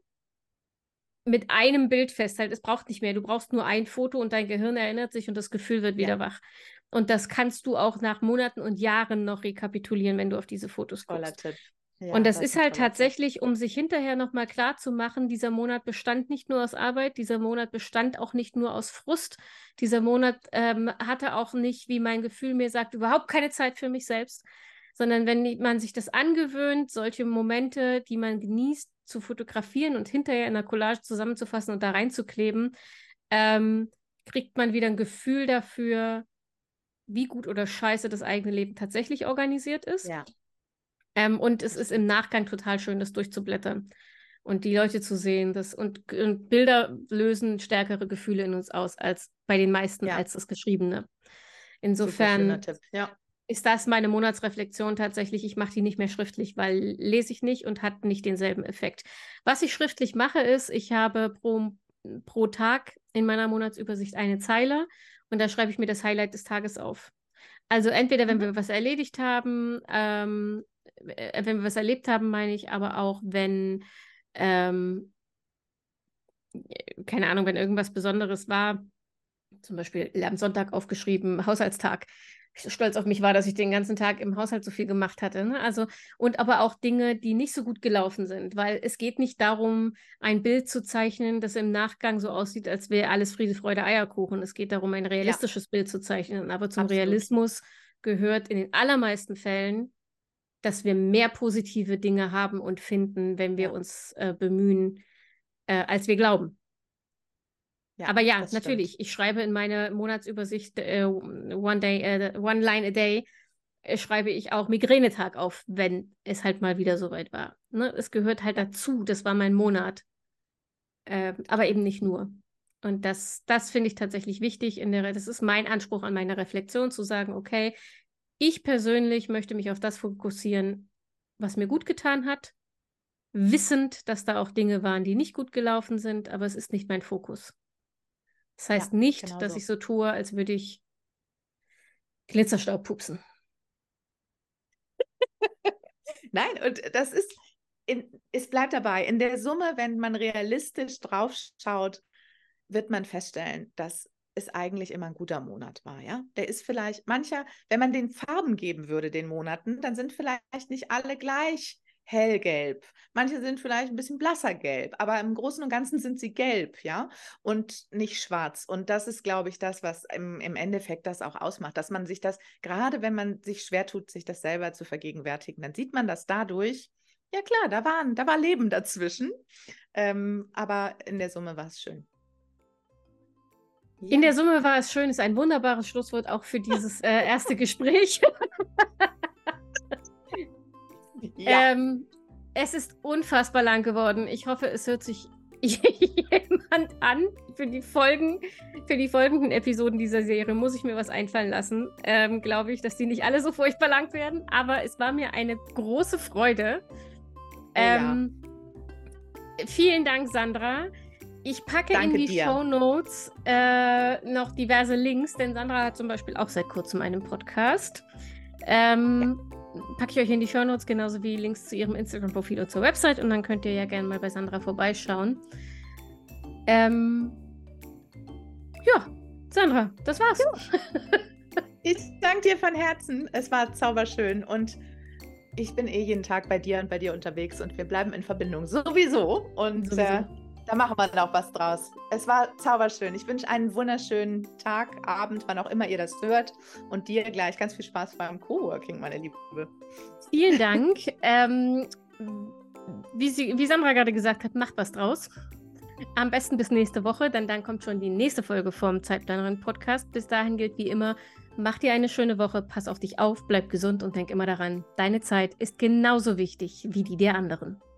mit einem Bild festhalte. Es braucht nicht mehr. Du brauchst nur ein Foto und dein Gehirn erinnert sich und das Gefühl wird wieder wach. Und das kannst du auch nach Monaten und Jahren noch rekapitulieren, wenn du auf diese Fotos guckst. Tipp. Ja, und das ist halt tatsächlich, um sich hinterher nochmal klar zu machen, dieser Monat bestand nicht nur aus Arbeit, dieser Monat bestand auch nicht nur aus Frust, dieser Monat hatte auch nicht, wie mein Gefühl mir sagt, überhaupt keine Zeit für mich selbst, sondern wenn man sich das angewöhnt, solche Momente, die man genießt, zu fotografieren und hinterher in einer Collage zusammenzufassen und da reinzukleben, kriegt man wieder ein Gefühl dafür, wie gut oder scheiße das eigene Leben tatsächlich organisiert ist. Ja. Und es ist im Nachgang total schön, das durchzublättern und die Leute zu sehen. Und Bilder lösen stärkere Gefühle in uns aus als bei den meisten als das Geschriebene. Insofern ist das meine Monatsreflexion tatsächlich. Ich mache die nicht mehr schriftlich, weil lese ich nicht und hat nicht denselben Effekt. Was ich schriftlich mache, ist, ich habe pro Tag in meiner Monatsübersicht eine Zeile und da schreibe ich mir das Highlight des Tages auf. Also entweder, wenn wir was erledigt haben, wenn wir was erlebt haben, meine ich, aber auch wenn, keine Ahnung, wenn irgendwas Besonderes war, zum Beispiel am Sonntag aufgeschrieben, Haushaltstag. Ich so stolz auf mich war, dass ich den ganzen Tag im Haushalt so viel gemacht hatte. Ne? Also, und aber auch Dinge, die nicht so gut gelaufen sind, weil es geht nicht darum, ein Bild zu zeichnen, das im Nachgang so aussieht, als wäre alles Friede, Freude, Eierkuchen. Es geht darum, ein realistisches Bild zu zeichnen. Aber zum Realismus gehört in den allermeisten Fällen, dass wir mehr positive Dinge haben und finden, wenn wir uns bemühen, als wir glauben. Ja, aber ja, natürlich, ich schreibe in meine Monatsübersicht one line a day, schreibe ich auch Migränetag auf, wenn es halt mal wieder soweit war. Ne? Es gehört halt dazu, das war mein Monat. Aber eben nicht nur. Und das finde ich tatsächlich wichtig. Das ist mein Anspruch an meine Reflexion, zu sagen, okay, ich persönlich möchte mich auf das fokussieren, was mir gut getan hat, wissend, dass da auch Dinge waren, die nicht gut gelaufen sind, aber es ist nicht mein Fokus. Das heißt nicht, dass ich so tue, als würde ich Glitzerstaub pupsen. Nein, und das ist, es bleibt dabei. In der Summe, wenn man realistisch drauf schaut, wird man feststellen, dass es eigentlich immer ein guter Monat war. Ja? Der ist vielleicht wenn man den Farben geben würde, den Monaten, dann sind vielleicht nicht alle gleich hellgelb. Manche sind vielleicht ein bisschen blasser gelb, aber im Großen und Ganzen sind sie gelb, ja, und nicht schwarz. Und das ist, glaube ich, das, was im Endeffekt das auch ausmacht, dass man sich das, gerade wenn man sich schwer tut, sich das selber zu vergegenwärtigen, dann sieht man das dadurch, ja klar, da war Leben dazwischen, aber in der Summe war es schön. Ja. In der Summe war es schön, ist ein wunderbares Schlusswort auch für dieses erste Gespräch. Ja. Es ist unfassbar lang geworden. Ich hoffe, es hört sich jemand an. Für die folgenden Episoden dieser Serie muss ich mir was einfallen lassen. Glaube ich, dass die nicht alle so furchtbar lang werden. Aber es war mir eine große Freude. Vielen Dank, Sandra. Ich packe in die Shownotes noch diverse Links, denn Sandra hat zum Beispiel auch seit kurzem einen Podcast. packe ich euch in die Shownotes, genauso wie Links zu ihrem Instagram-Profil und zur Website. Und dann könnt ihr ja gerne mal bei Sandra vorbeischauen. Ja, Sandra, das war's. Ich danke dir von Herzen. Es war zauberschön und ich bin jeden Tag bei dir und bei dir unterwegs und wir bleiben in Verbindung. Sowieso. Und da machen wir dann auch was draus. Es war zauberschön. Ich wünsche einen wunderschönen Tag, Abend, wann auch immer ihr das hört. Und dir gleich ganz viel Spaß beim Coworking, meine Liebe. Vielen Dank. Wie Sandra gerade gesagt hat, macht was draus. Am besten bis nächste Woche, denn dann kommt schon die nächste Folge vom Zeitplanerin-Podcast. Bis dahin gilt wie immer, mach dir eine schöne Woche, pass auf dich auf, bleib gesund und denk immer daran, deine Zeit ist genauso wichtig wie die der anderen.